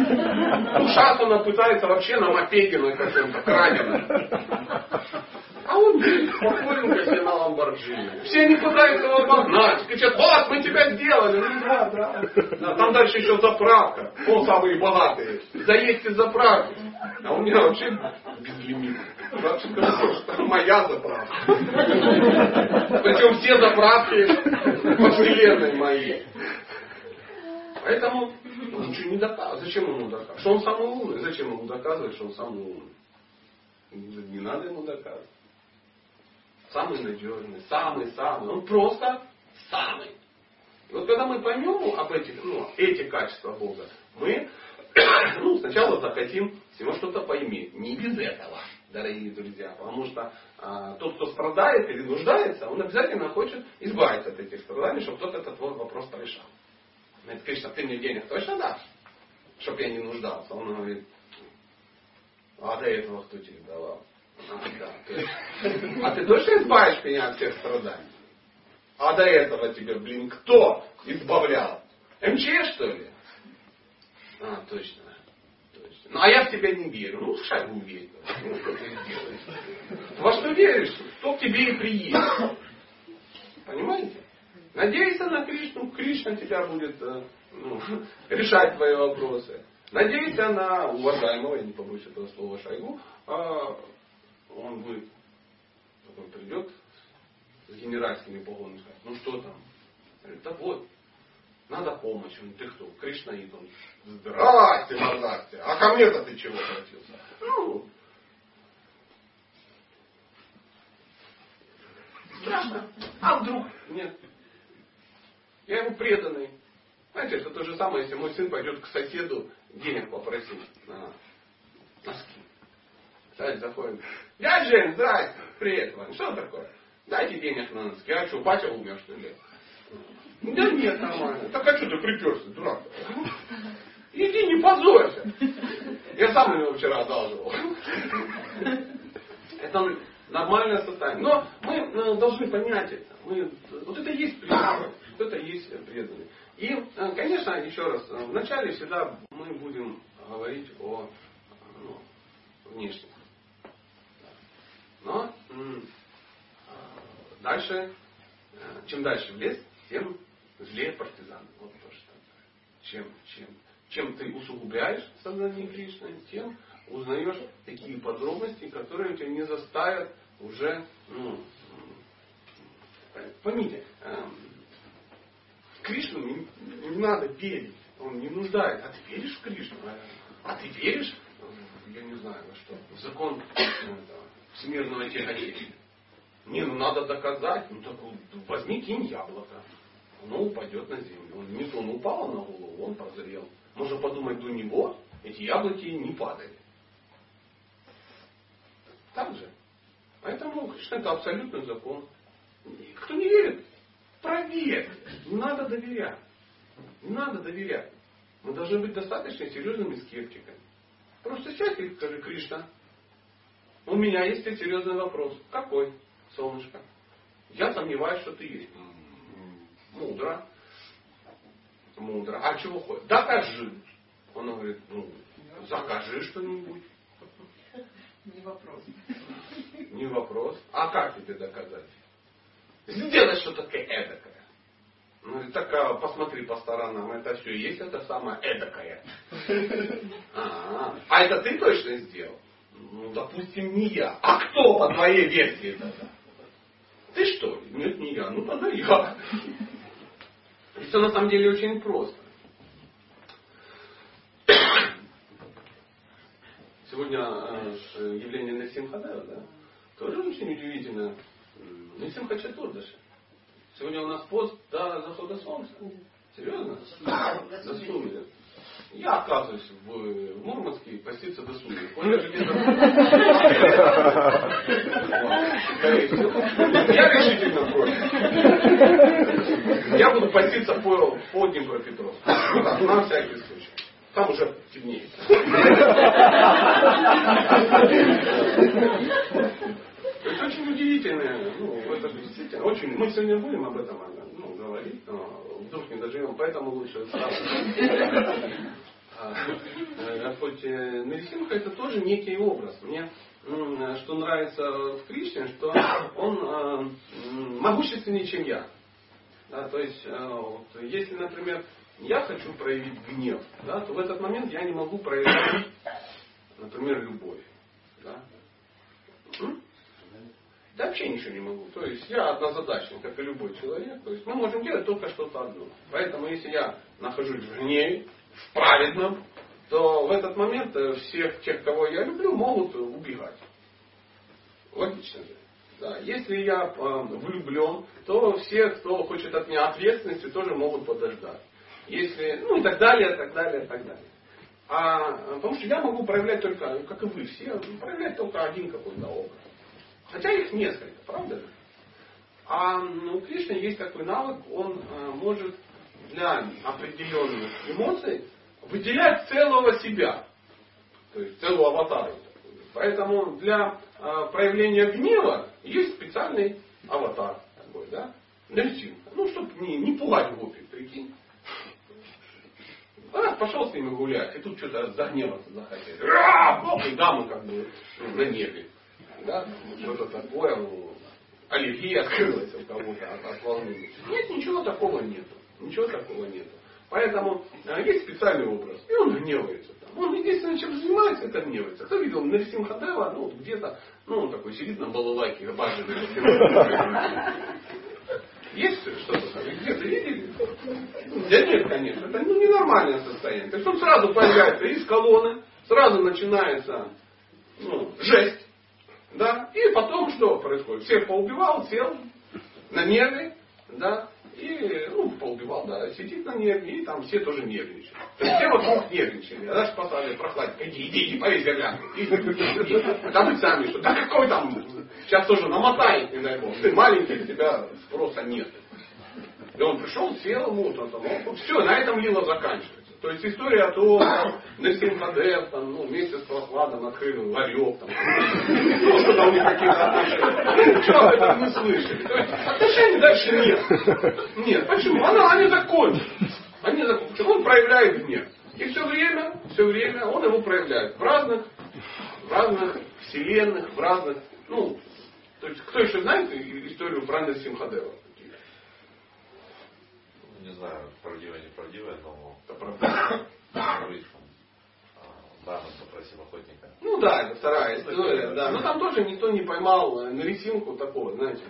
Ушасана пытается вообще на мопеде на каком-то краденом. А он спокойненько себе на Ламборджини. Все они пытаются его обогнать. Кричат, вот, мы тебя сделали. Ну да, да. да. Там дальше еще заправка. Он самые богатые. Заедьте заправки. А у меня вообще безлимит. Вообще хорошо, что моя заправка. Причем все заправки по вселенной моей. Поэтому он ничего не доказывает. Зачем ему доказывать? Что он самый умный? Зачем ему доказывать, что он самый умный? Не надо ему доказывать. Самый надежный, самый-самый. Он просто самый. И вот когда мы поймем об этих, ну, эти качества Бога, мы ну, сначала захотим всего что-то поиметь. Не без этого, дорогие друзья. Потому что а, тот, кто страдает или нуждается, он обязательно хочет избавиться от этих страданий, чтобы кто-то этот вот вопрос решал. Это, конечно, ты мне денег точно дашь, чтобы я не нуждался. Он говорит, а до этого кто тебе давал? А, да, ты. а ты точно избавишь меня от всех страданий? А до этого тебе, блин, кто избавлял? эм че эс, что ли? А, точно. точно. Ну, а я в тебя не верю. Ну, в шагу верю. Ну, что ты сделаешь? Во что веришь, то к тебе и приедет. Понимаете? Надейся на Кришну, Кришна тебя будет ну, решать твои вопросы. Надейся на уважаемого, я не побоюсь этого слова, Шойгу, а он будет, он придет с генеральскими погонами, скажет, ну что там? Говорит, да вот, надо помощь. Он, ты кто? Кришнаит. Он, здрасте, мордасте. А ко мне-то ты чего обратился? Ну, страшно. А вдруг? Нет. Я ему преданный. Знаете, это то же самое, если мой сын пойдет к соседу денег попросить на носки. Кстати, заходим. Дядя Жень, здрасте. Привет, Ваня. Что такое? Дайте денег на носки. А что, батя умер, что ли? Да нет, нормально. Так а что ты приперся, дурак? Иди, не позорься. Я сам его вчера одалживал. Это нормальное состояние. Но мы должны понять это. Мы, вот это и есть преданный. Вот это и есть преданный. И, конечно, еще раз, вначале всегда мы будем говорить о ну, внешнем. Но дальше, чем дальше в лес, тем злее партизан. Вот то, что чем, чем, чем ты усугубляешь сознание Кришны, тем узнаешь такие подробности, которые тебя не заставят уже, ну, поймите, Кришну не, не надо верить, он не нуждается. А ты веришь в Кришну? А ты веришь, я не знаю, во что, в закон это, всемирного тяготения? Не, ну надо доказать, ну так возьми, кинь яблоко. Оно упадет на землю. Он не то он упал на голову, он прозрел. Можно подумать, до него эти яблоки не падали. Так же. Поэтому Кришна это абсолютный закон. Кто не верит, проверь. Не надо доверять. Не надо доверять. Мы должны быть достаточно серьезными скептиками. Просто сядь и скажи, Кришна, у меня есть тебе серьезный вопрос. Какой, солнышко? Я сомневаюсь, что ты есть. Мудро. Мудро. А чего хочешь? Докажи. Он говорит, ну, закажи что-нибудь. Не вопрос. Не вопрос. А как тебе доказать? Сделай что-то эдакое. Ну, так посмотри по сторонам. Это все есть это самое эдакое. А, а это ты точно сделал? Ну, допустим, не я. А кто по твоей версии тогда? Ты что ли? Нет, не я. Ну, тогда я. И все на самом деле очень просто. Сегодня э, явление Нарсимхадева, да, тоже очень удивительно. Нарсимха Чатурдаши. Сегодня у нас пост до захода солнца. Серьезно? До сумерек. Я оказываюсь в, в Мурманске поститься до сумерек. Он же где-то... Я решительно против. Я буду поститься по, по Днепропетровску. Ну так, на всякий случай. Там уже темнеет. Это очень удивительно. Ну, это действительно очень. Мы сегодня будем об этом ну, говорить, но вдруг не доживем, поэтому лучше сразу. Хоть Нарисимха это тоже некий образ. Мне что нравится в Кришне, что он могущественнее, чем я. Да, то есть, вот, если, например, я хочу проявить гнев, да, то в этот момент я не могу проявить, например, любовь. Да? Да вообще ничего не могу. То есть я однозадачный, как и любой человек. То есть мы можем делать только что-то одно. Поэтому если я нахожусь в гневе, в праведном, то в этот момент всех тех, кого я люблю, могут убегать. Логично же. Да. Если я влюблен, то все, кто хочет от меня ответственности, тоже могут подождать. Если, ну и так далее, так далее, так далее. А, потому что я могу проявлять только, как и вы все, проявлять только один какой-то образ. Хотя их несколько, правда же? А у Кришны есть такой навык, он а, может для определенных эмоций выделять целого себя. То есть целую аватару. Поэтому для а, проявления гнева есть специальный аватар. Такой, да? Нарисинка. Ну, чтобы не, не пугать гопи, прикинь. А, пошел с ними гулять, и тут что-то загневаться захотели. И дамы как бы на небе. Да? Что-то такое, ну, аллергия открылась у кого-то от, от волнения. Нет, ничего такого нету. Ничего такого нету. Поэтому а, есть специальный образ, и он гневается. Там. Он единственное, чем занимается, это гневается. Кто видел Нарисимхадева, ну, где-то, ну, он такой сидит на балалайке, обаженный. Есть что-то такое? Где-то видели? Да нет, конечно. Это ну, ненормальное состояние. То есть он сразу появляется из колонны, сразу начинается ну, жесть. Да? И потом что происходит? Всех поубивал, сел на нервы, да, и, ну, поубивал, да, сидит на нерве, и там все тоже нервничают. То есть все вокруг нервничали. А даже спасали прохладить. Иди, иди, иди, повесь горлянку. Да вы сами что? Да какой там? Сейчас тоже намотает, не дай бог. Ты маленький, у тебя спроса нет. И он пришел, сел, вот он там. Все, на этом лила заканчивается. То есть история о том, что Нарисимхадев там, ну, вместе с прохладом открыл ларек, там, ну, что-то у них какие-то отношения. Ну, ничего об этом не слышали. То есть отношений дальше нет. Нет, почему? Она, они закончены. Они закончены. Он проявляет гнев. И все время, все время он его проявляет. В разных, в разных вселенных, в разных, ну, то есть кто еще знает историю про Нарисимхадева? Не знаю, правдивая, неправдивая, но это правда. Брама попросил охотника. Ну да, это вторая история, да. Но там тоже никто не поймал Нарисимху такого, знаете.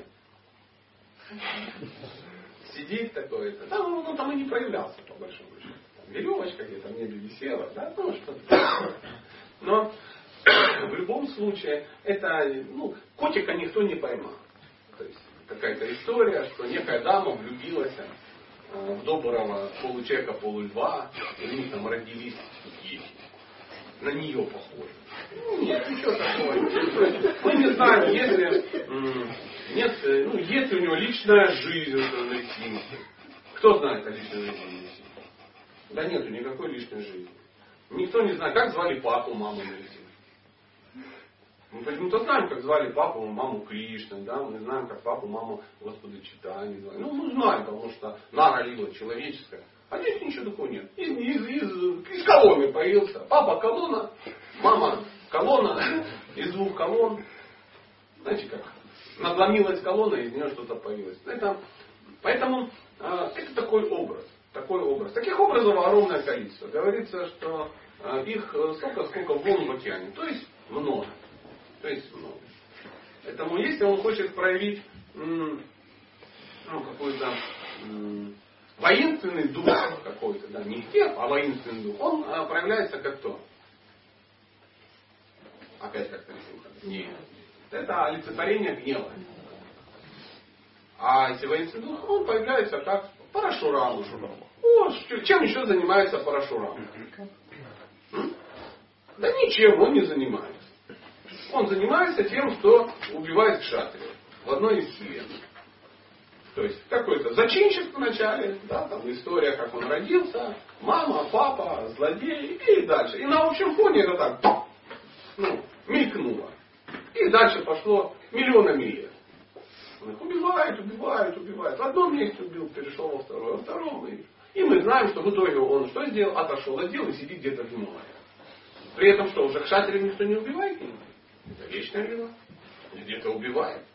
Сидит такой-то. Да, ну, ну там и не проявлялся, по большому счету. Там веревочка где-то в небе висела, да, ну что-то. Но в любом случае, это, ну, котика никто не поймал. То есть какая-то история, что некая дама влюбилась в доброго получека, полульва, и у них там родились дети. На нее похоже. Ну, нет, ничего такого. Мы не знаем, если, нет, ну, есть ли у него личная жизнь у Нарисимхи. Кто знает о личной жизни Нарисимхи? Да нету никакой личной жизни. Никто не знает, как звали папу, маму Нарисимхи. Мы почему-то знаем, как звали папу, маму Кришны, да, мы знаем, как папу, маму Господа Чайтаньи звали. Ну, мы знаем, потому что Нара лила человеческая. А здесь ничего такого нет. Из, из, из, из колонны появился. Папа колонна, мама колонна, из двух колонн. Знаете как? Надломилась колонна, из нее что-то появилось. Это, поэтому э, это такой образ. Такой образ. Таких образов огромное количество. Говорится, что э, их столько, сколько волн в океане. То есть много. То есть много. Поэтому если он хочет проявить м, ну, какой-то м, воинственный дух какой-то, да, не гнев, а воинственный дух, он а, проявляется как кто? Опять как Нарисимха. Нет. Это олицетворение гнева. А если воинственный дух, он появляется как Парашурама. О, чем еще занимается Парашурама? М? Да ничем он не занимается. Он занимается тем, что убивает кшатриев в одной из вселенных. То есть какой-то зачинщик вначале, да, там история, как он родился, мама, папа, злодей и дальше. И на общем фоне это так, ну, мелькнуло. И дальше пошло миллионами лет. Он их убивает, убивает, убивает. В одном месте убил, перешел во второе, во втором. И, и мы знаем, что в итоге он что сделал? Отошел от дела и сидит где-то в Гималаях. При этом что, уже кшатриев никто не убивает? Это вечное вино, где-то убивает.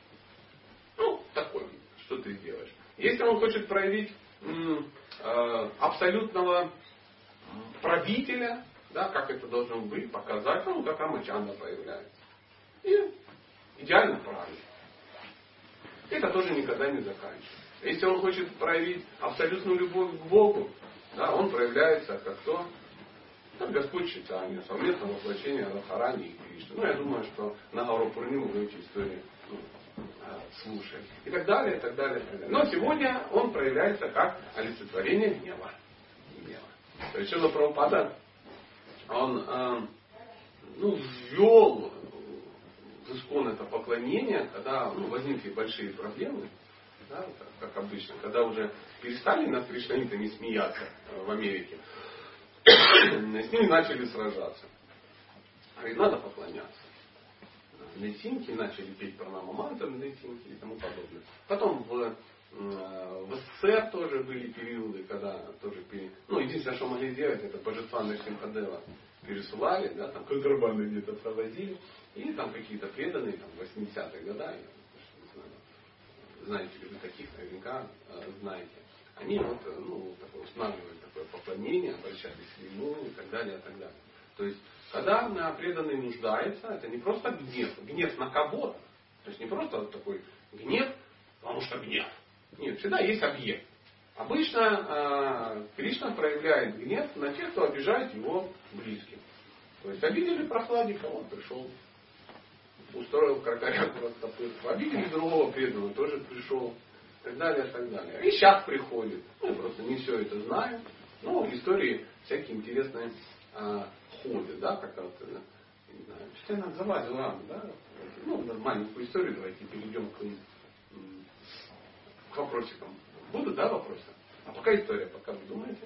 Ну, такой, что ты сделаешь. Если он хочет проявить м, э, абсолютного правителя, да, как это должно быть, показать, ну, как Рамачандра проявляется. И идеально правильно. Это тоже никогда не заканчивается. Если он хочет проявить абсолютную любовь к Богу, да, он проявляется как кто? Как Господь Чайтанья, совместное воплощение Радхарани и Кришны. Ну, я думаю, что на Гауру Пурниму вы эти истории ну, слушаете. И так далее, и так далее, и так далее. Но сегодня он проявляется как олицетворение гнева. гнева. То есть Шрила Прабхупада, он э, ну, ввел в искон это поклонение, когда ну, возникли большие проблемы, да, как обычно, когда уже перестали над кришнаитами смеяться в Америке, с ними начали сражаться. Говорит, надо поклоняться. Нейсинки начали петь пранама мантры, нейсинки и тому подобное. Потом в, в СССР тоже были периоды, когда тоже пели. Ну, единственное, что могли сделать, это божества Нарсимхадева пересылали, да, там контрабанды где-то провозили. И там какие-то преданные, там, восьмидесятые годы, я не знаю, знаете ли вы таких, наверняка знаете. Они вот, ну, такое, устанавливали такое поклонение, обращались к нему и так далее, и так далее. То есть, когда преданный нуждается, это не просто гнев, гнев на кого-то. То есть не просто вот такой гнев, потому что гнев. Нет, всегда есть объект. Обычно э, Кришна проявляет гнев на тех, кто обижает его близких. То есть обидели прохладника, он пришел, устроил крокоряк просто пытку. Обидели другого преданного, тоже пришел. И так далее, и так далее. И сейчас приходит. Ну, я просто не все это знаю. Ну, истории всякие интересные а, ходят, да, как-то вот, не знаю, что я надо завадил рано, да. Ну, маленькую историю давайте перейдем к, к вопросикам. Будут, да, вопросы? А пока история, пока вы думаете.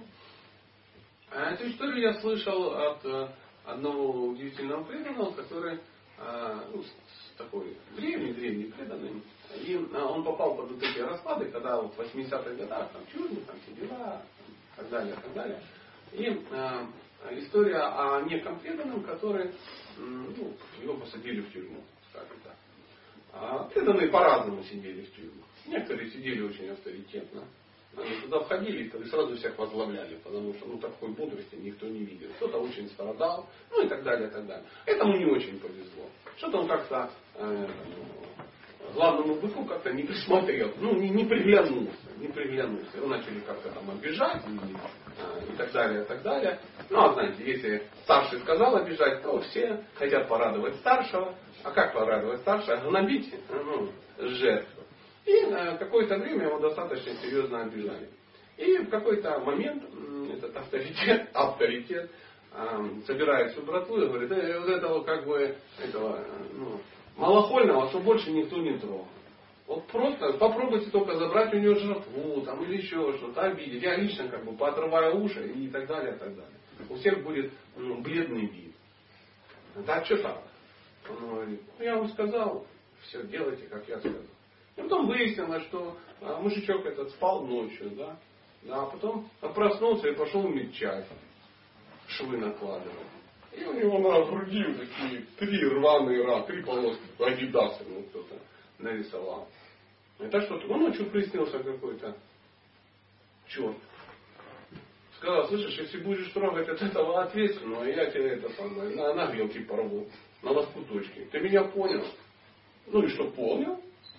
А эту историю я слышал от одного удивительного преданного, который а, ну, такой древний-древний преданный. И он попал под вот эти расклады, когда вот в восьмидесятых годах там тюрьмы, там все дела, и так далее, и так далее. И э, история о неком преданном, который, ну, его посадили в тюрьму, скажем так. А преданные по-разному сидели в тюрьму. Некоторые сидели очень авторитетно. Они туда входили и сразу всех возглавляли, потому что ну, такой бодрости никто не видел. Кто-то очень страдал, ну и так далее, и так далее. Этому не очень повезло. Что-то он как-то э, главному быку как-то не присмотрел, ну не, не приглянулся, не приглянулся. Его начали как-то там обижать и, э, и так далее, и так далее. Ну, а знаете, если старший сказал обижать, то все хотят порадовать старшего. А как порадовать старшего? Гнобить ну, жертву. И э, какое-то время его достаточно серьезно обижали. И в какой-то момент этот авторитет, авторитет э, собирает всю братву и говорит, э, вот этого как бы этого, ну, малохольного, что больше никто не трогал. Вот просто попробуйте только забрать у него жратву там, или еще что-то, обидеть. Я лично как бы поотрываю уши и так далее, и так далее. У всех будет ну, бледный вид. Да что так? Он говорит, ну я вам сказал, все делайте, как я сказал. И потом выяснилось, что а, мужичок этот спал ночью, да, да, а потом проснулся и пошел мыть чай, швы накладывать. И у него на груди вот такие три рваные раны, три полоски, адидасы ему кто-то нарисовал. Это что-то, ну ночью приснился какой-то черт. Сказал, слышишь, если будешь трогать от этого ответственного, я тебе это самое, на, на вилке порву, на лоскуточки. Ты меня понял? Ну и что, понял?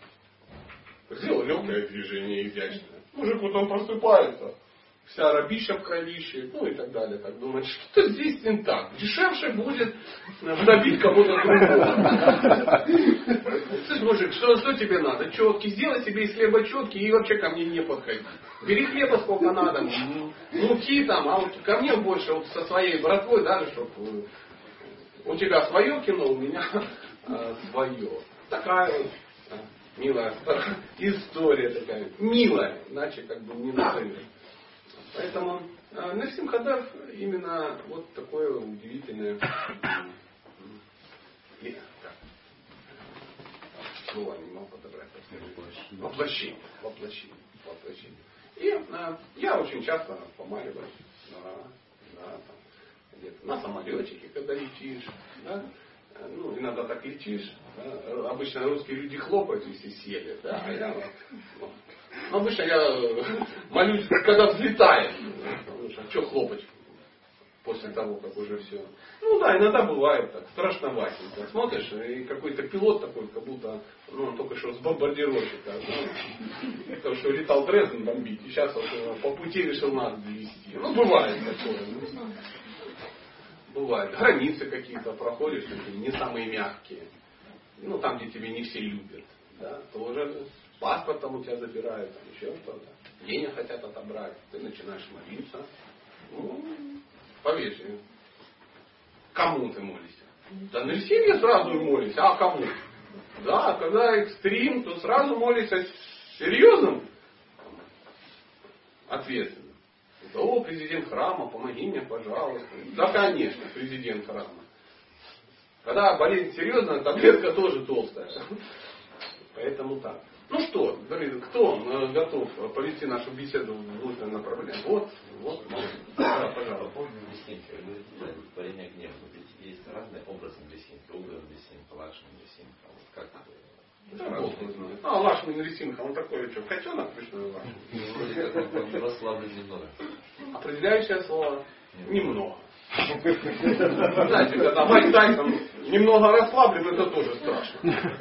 Сделал легкое движение изящное. Мужик потом просыпается. Вся рабища в кровище. Ну и так далее. Так думает, что здесь не так. Дешевше будет добить кого-то другого. Слушай, мужик, что, что тебе надо? Четки. Сделай себе из хлеба четки и вообще ко мне не подходи. Бери хлеба сколько надо. Муки там. А вот ко мне больше вот со своей братвой, даже чтобы у тебя свое кино, у меня свое. Такая вот. Милая история такая. Милая, иначе как бы не назовешь. Поэтому э, Нарсимхадев именно вот такое удивительное и, так, слово не могу подобрать. Воплощение. Воплощение. Воплощение. И э, я очень часто помаливаюсь на, на, там, где-то на самолетике, когда летишь. Да? ну, иногда так летишь. Да? Обычно русские люди хлопают, если сели. Да? А я, ну, обычно я молюсь, когда взлетает. А что хлопать после того, как уже все. Ну да, иногда бывает так, страшноватенько. Смотришь, и какой-то пилот такой, как будто ну, он только что с бомбардировщика. Ну, потому что летал Дрезден бомбить, и сейчас вот по пути решил нас довести. Ну, бывает такое. Ну, бывает. Границы какие-то проходишь, такие не самые мягкие. Ну, там, где тебя не все любят. Да, тоже паспорт там у тебя забирают, там еще что-то. Денег хотят отобрать. Ты начинаешь молиться. Ну, поверь, кому ты молишься? Да на себе сразу молишься, а кому? Да, когда экстрим, то сразу молишься серьезным ответственным. О, президент храма, помоги мне, пожалуйста. Да, конечно, президент храма. Когда болезнь серьезная, таблетка тоже толстая. Поэтому так. Ну что, дорогие, кто готов повести нашу беседу в нужное направление? Вот, вот, да, пожалуйста. По поводу Нрисимхи, вы говорите, творение гнева. Ведь есть разные образы Нрисимхи, угры Нрисимха, Лакшми Нрисимха. Вот как да, Бог его знает. А, Лакшми Нрисимха, он такой, что, котенок Кришна Лакшми? ну, вроде как он расслаблен немного. Определяющее слово немного. Знаете, когда Майк Тайсон немного расслаблен, это тоже страшно.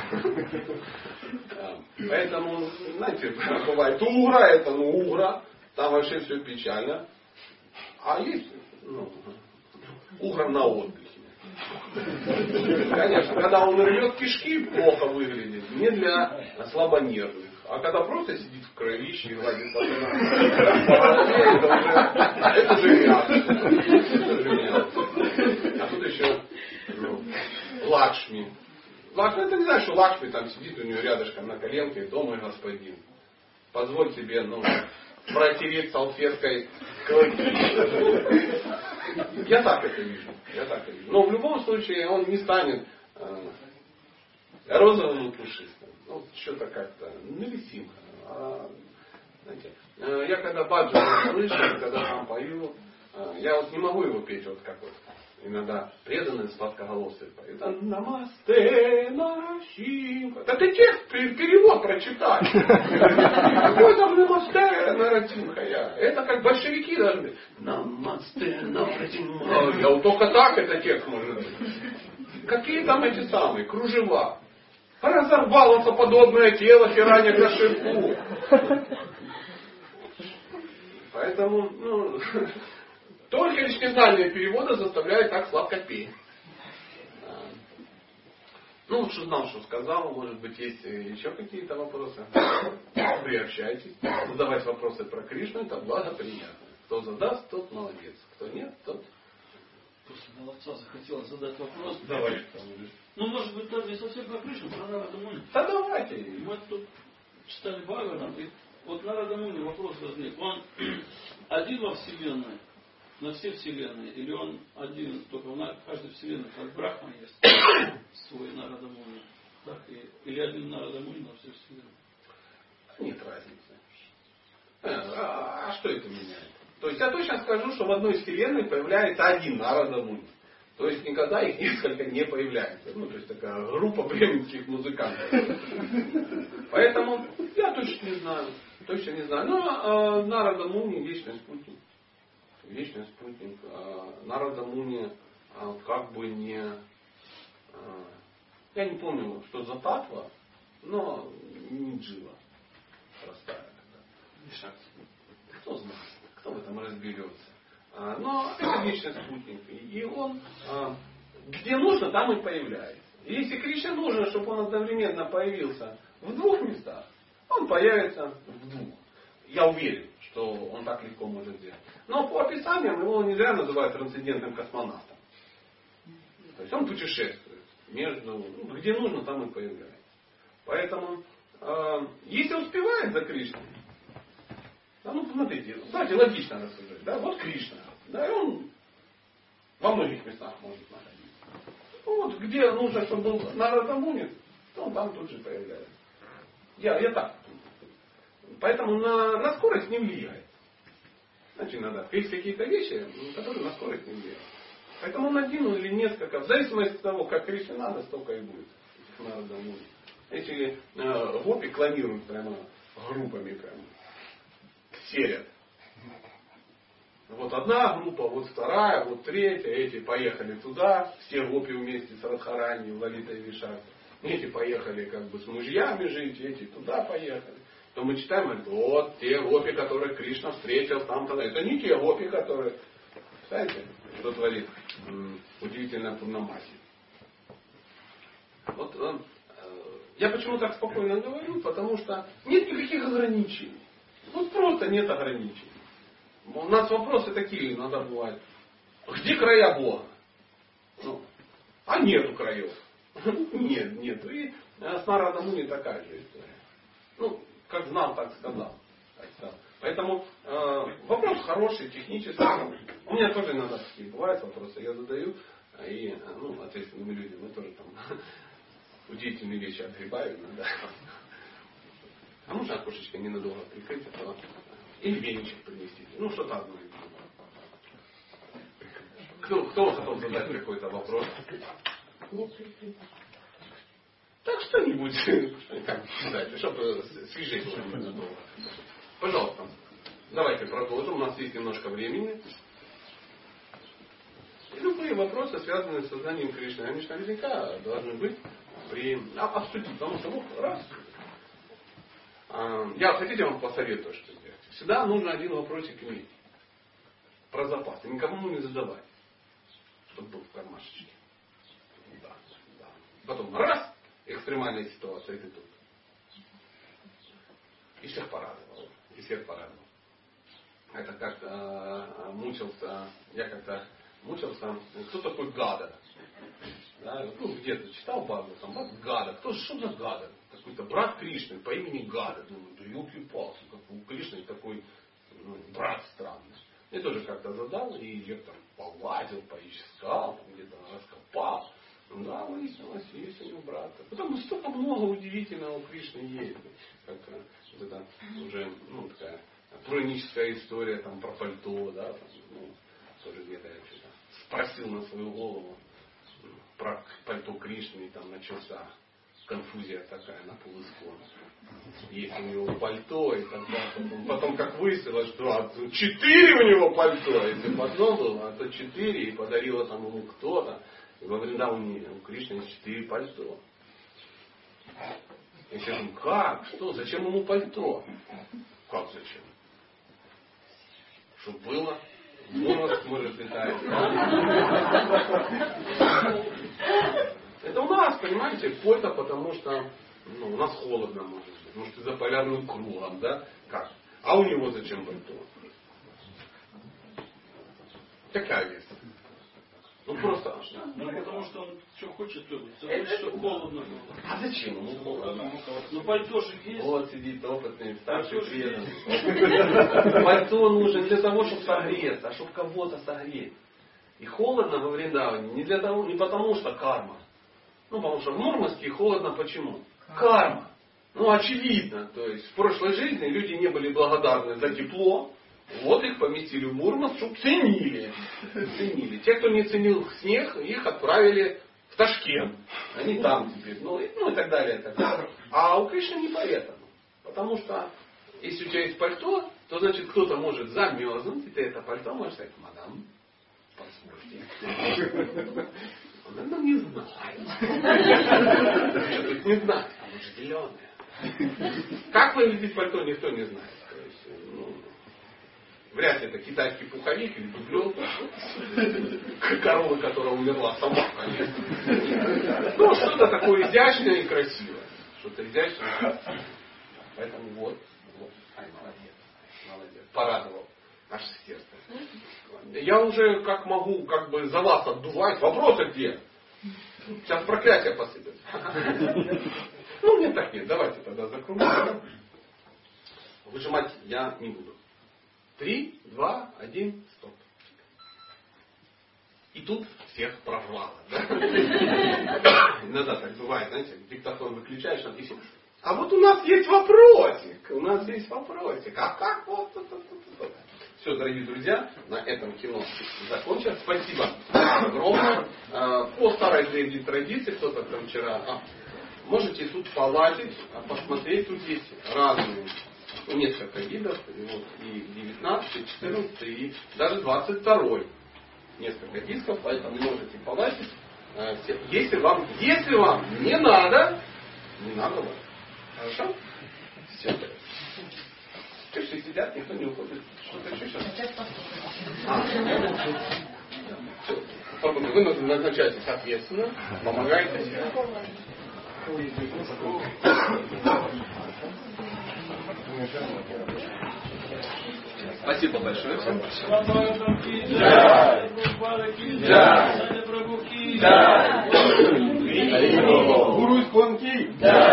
Поэтому, знаете, бывает угра, это ну угра, там вообще все печально. А есть ну, угра на отдыхе. Конечно, когда он рвет кишки, плохо выглядит. Не для слабонервных. А когда просто сидит в кровище и гладит по голове, это уже, это же реакция. А тут еще ну, Лакшми. Лакшми, это не знаю, что Лакшми там сидит у нее рядышком на коленке, и дома господин. Позволь себе, ну, протереть салфеткой клыки. Я так это вижу. Я так это вижу. Но в любом случае он не станет э, розовым и пушистым. Ну, что-то как-то Нрисимха. А, знаете, э, я когда баджан слышу, когда там пою, э, я вот не могу его петь вот как вот. Иногда преданные сладкоголосые поют. Намасте, Нарасимха. Да ты текст, перевод прочитай. Какой там намасте, Нарасимха? Это как большевики должны. Намасте, Нарасимха. Я вот только так это текст может быть. Какие там эти самые кружева? Разорвало подобное тело Хиране Кашипу. Поэтому, ну... Только лишь незнание перевода заставляет так сладко петь. Ну, лучше знал, что сказал. Может быть, есть еще какие-то вопросы. Приобщайтесь. Задавать вопросы про Кришну, это благоприятно. Кто задаст, тот молодец. Кто нет, тот... После молодца захотелось задать вопрос. Давай. Ну, может быть, даже не совсем про Кришну, про Нарада Муни. Да давайте. Мы тут читали Бхагаватам, и вот Нарада Муни вопрос возник. Он один во Вселенной, на все вселенные, или он один только в каждой вселенной, как Брахма есть свой Нарада Муни, так, и, или один Нарада Муни на все вселенные? Нет разницы. А, а что это меняет? То есть я точно скажу, что в одной вселенной появляется один Нарада Муни. То есть никогда их несколько не появляется. Ну, то есть такая группа бременских музыкантов. Поэтому я точно не знаю. Точно не знаю. Но э, Нарада Муни вечный спутник. Вечный спутник. Э, Нарада Муни э, как бы не... Э, я не помню, что за татва, но не джива. Простая такая. Кто знает, кто в этом разберется. Но это вечный спутник. И он, где нужно, там и появляется. И если Кришне нужно, чтобы он одновременно появился в двух местах, он появится в двух. Я уверен, что он так легко может сделать. Но по описаниям его не зря называют трансцендентным космонавтом. То есть он путешествует между, ну, где нужно, там и появляется. Поэтому, если успевает за Кришной, да, ну, смотрите, давайте логично рассуждать. Да? Вот Кришна. Да, и он во многих местах может находиться. Ну, вот где нужно, чтобы был Нарада Муни, то он там тут же появляется. Я, я так думаю. Поэтому на, на скорость не влияет. Значит, иногда есть какие-то вещи, которые на скорость не влияют. Поэтому он один или несколько, в зависимости от того, как Кришне надо, столько и будет. Эти э, гопи клонируют прямо группами, прямо серят. Вот одна группа, вот вторая, вот третья, эти поехали туда, все гопи вместе с Радхарани, Лалитой и Вишакой. Эти поехали как бы с мужьями жить, эти туда поехали. То мы читаем, говорит, вот те гопи, которые Кришна встретил там-то. Это не те гопи, которые... Знаете, что творит м- удивительная Пурнамаси. Вот э, я почему так спокойно говорю, потому что нет никаких ограничений. Вот просто нет ограничений. У нас вопросы такие иногда бывают. Где края Бога? Ну, а нету краев. Нет, нет. И с Нарада Муни такая же история. Ну, как знал, так сказал. Так сказал. Поэтому э, вопрос хороший, технический. У меня тоже иногда такие бывают вопросы. Я задаю, и ну, ответственным людям мы тоже там удивительные вещи отгребаю иногда. А можно окошечко ненадолго прикрыть, а или веничек принести. Ну, что-то одно. Кто, кто готов задать какой-то вопрос? Так что-нибудь, как сказать, чтобы свежее было ненадолго. Пожалуйста, давайте продолжим. У нас есть немножко времени. И любые вопросы, связанные с сознанием Кришны, они же наверняка должны быть при обсудить. Потому что, ну, раз. Я, хотите, я вам посоветую, что сделать. Всегда нужно один вопросик иметь. Про запас. И никому не задавать. Чтобы был в кармашечке. Да, да. Потом раз, экстремальная ситуация, и ты тут. И всех порадовал. И всех порадовал. Это как-то э, мучился, я как-то мучился. Кто такой Гада? Да, ну, где-то читал Бхагаватам, там, Гада. Кто же, что за Гада? Какой-то брат Кришны по имени Гада. Думаю, да елки-палки, как у Кришны такой ну, брат странный. Я тоже как-то задал, и я там полазил, поискал, где-то раскопал. Ну да, выяснилось, есть у него брат. Потому что столько много удивительного у Кришны есть. Как вот это уже, ну, такая пураническая история там, про пальто, да, там, ну, тоже где-то я что-то спросил на свою голову про пальто Кришны, и там начался конфузия такая на полуисклон. Есть у него пальто, и тогда потом, потом как выяснилось, что а, четыре у него пальто, если бы одно было, а то четыре, и подарила там ему кто-то. И во Вриндауне у Кришны есть четыре пальто. И все думают, как? Что? Зачем ему пальто? Как зачем? Чтобы было. Мозг может летать. Это у нас, понимаете, польза, потому что ну, у нас холодно может быть. Может, из-за полярным кругом, да? Как? А у него зачем пальто? Такая версия. Ну просто. Ну потому что он что хочет, то хочет, что холодно. А зачем ему холодно? Ну пальто же есть. Вот сидит опытный старший преданный. Пальто нужно для того, чтобы согреться, а чтобы кого-то согреть. И холодно во Вриндаване не для того, не потому что карма. Ну потому что в Мурманске холодно почему? Карма. Ну очевидно. То есть в прошлой жизни люди не были благодарны за тепло. Вот их поместили в Мурманск, чтобы ценили. ценили. Те, кто не ценил снег, их отправили в Ташкент. Они там теперь. Ну и, ну, и так далее. И так далее. А у Кришны не поэтому. Потому что если у тебя есть пальто, то значит кто-то может замерзнуть, и ты это пальто можешь сказать, мадам, позвольте. Ну не знаю. Что тут не знаю? Оно же зеленое. Как выглядит пальто, никто не знает. То есть, ну, вряд ли это китайский пуховик или дубленка, корова, которая умерла сама, конечно. Ну, что-то такое изящное и красивое. Что-то изящное и красивое. Поэтому вот, вот. Ай, молодец. Молодец. Порадовал наше сердце. Я уже как могу, как бы за вас отдувать. Вопросы где? Сейчас проклятие посыпется. Ну, нет, так нет. Давайте тогда закроем. Выжимать я не буду. Три, два, один, стоп. И тут всех прорвало. Да? Иногда так бывает, знаете, диктофон выключаешь, а ты а вот у нас есть вопросик. У нас есть вопросик. А как вот? Все, дорогие друзья, на этом кино закончилось. Спасибо огромное. По старой древней традиции, кто-то там вчера... А, можете тут полазить, посмотреть. Тут есть разные, ну, несколько видов. И, вот, и девятнадцатый, четырнадцатый, и даже двадцать второй. Несколько дисков, поэтому можете полазить. Если вам, если вам не надо, не надо вам. Хорошо? Все. Все сидят, никто не уходит. Что-то еще сейчас? А, все. Вы назначаете соответственно, помогаете себе. Спасибо большое всем. Гуру Исконки.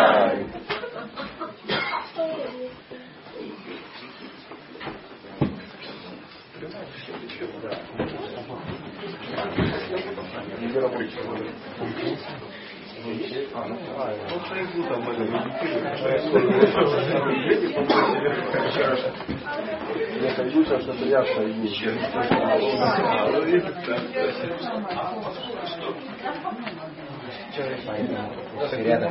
А, ну правильно. Ну, шайгу там мы я кажется, что это я шайгу. Рядом.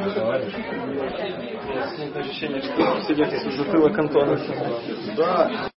Ощущение, что сидят из затылок Антона. Да.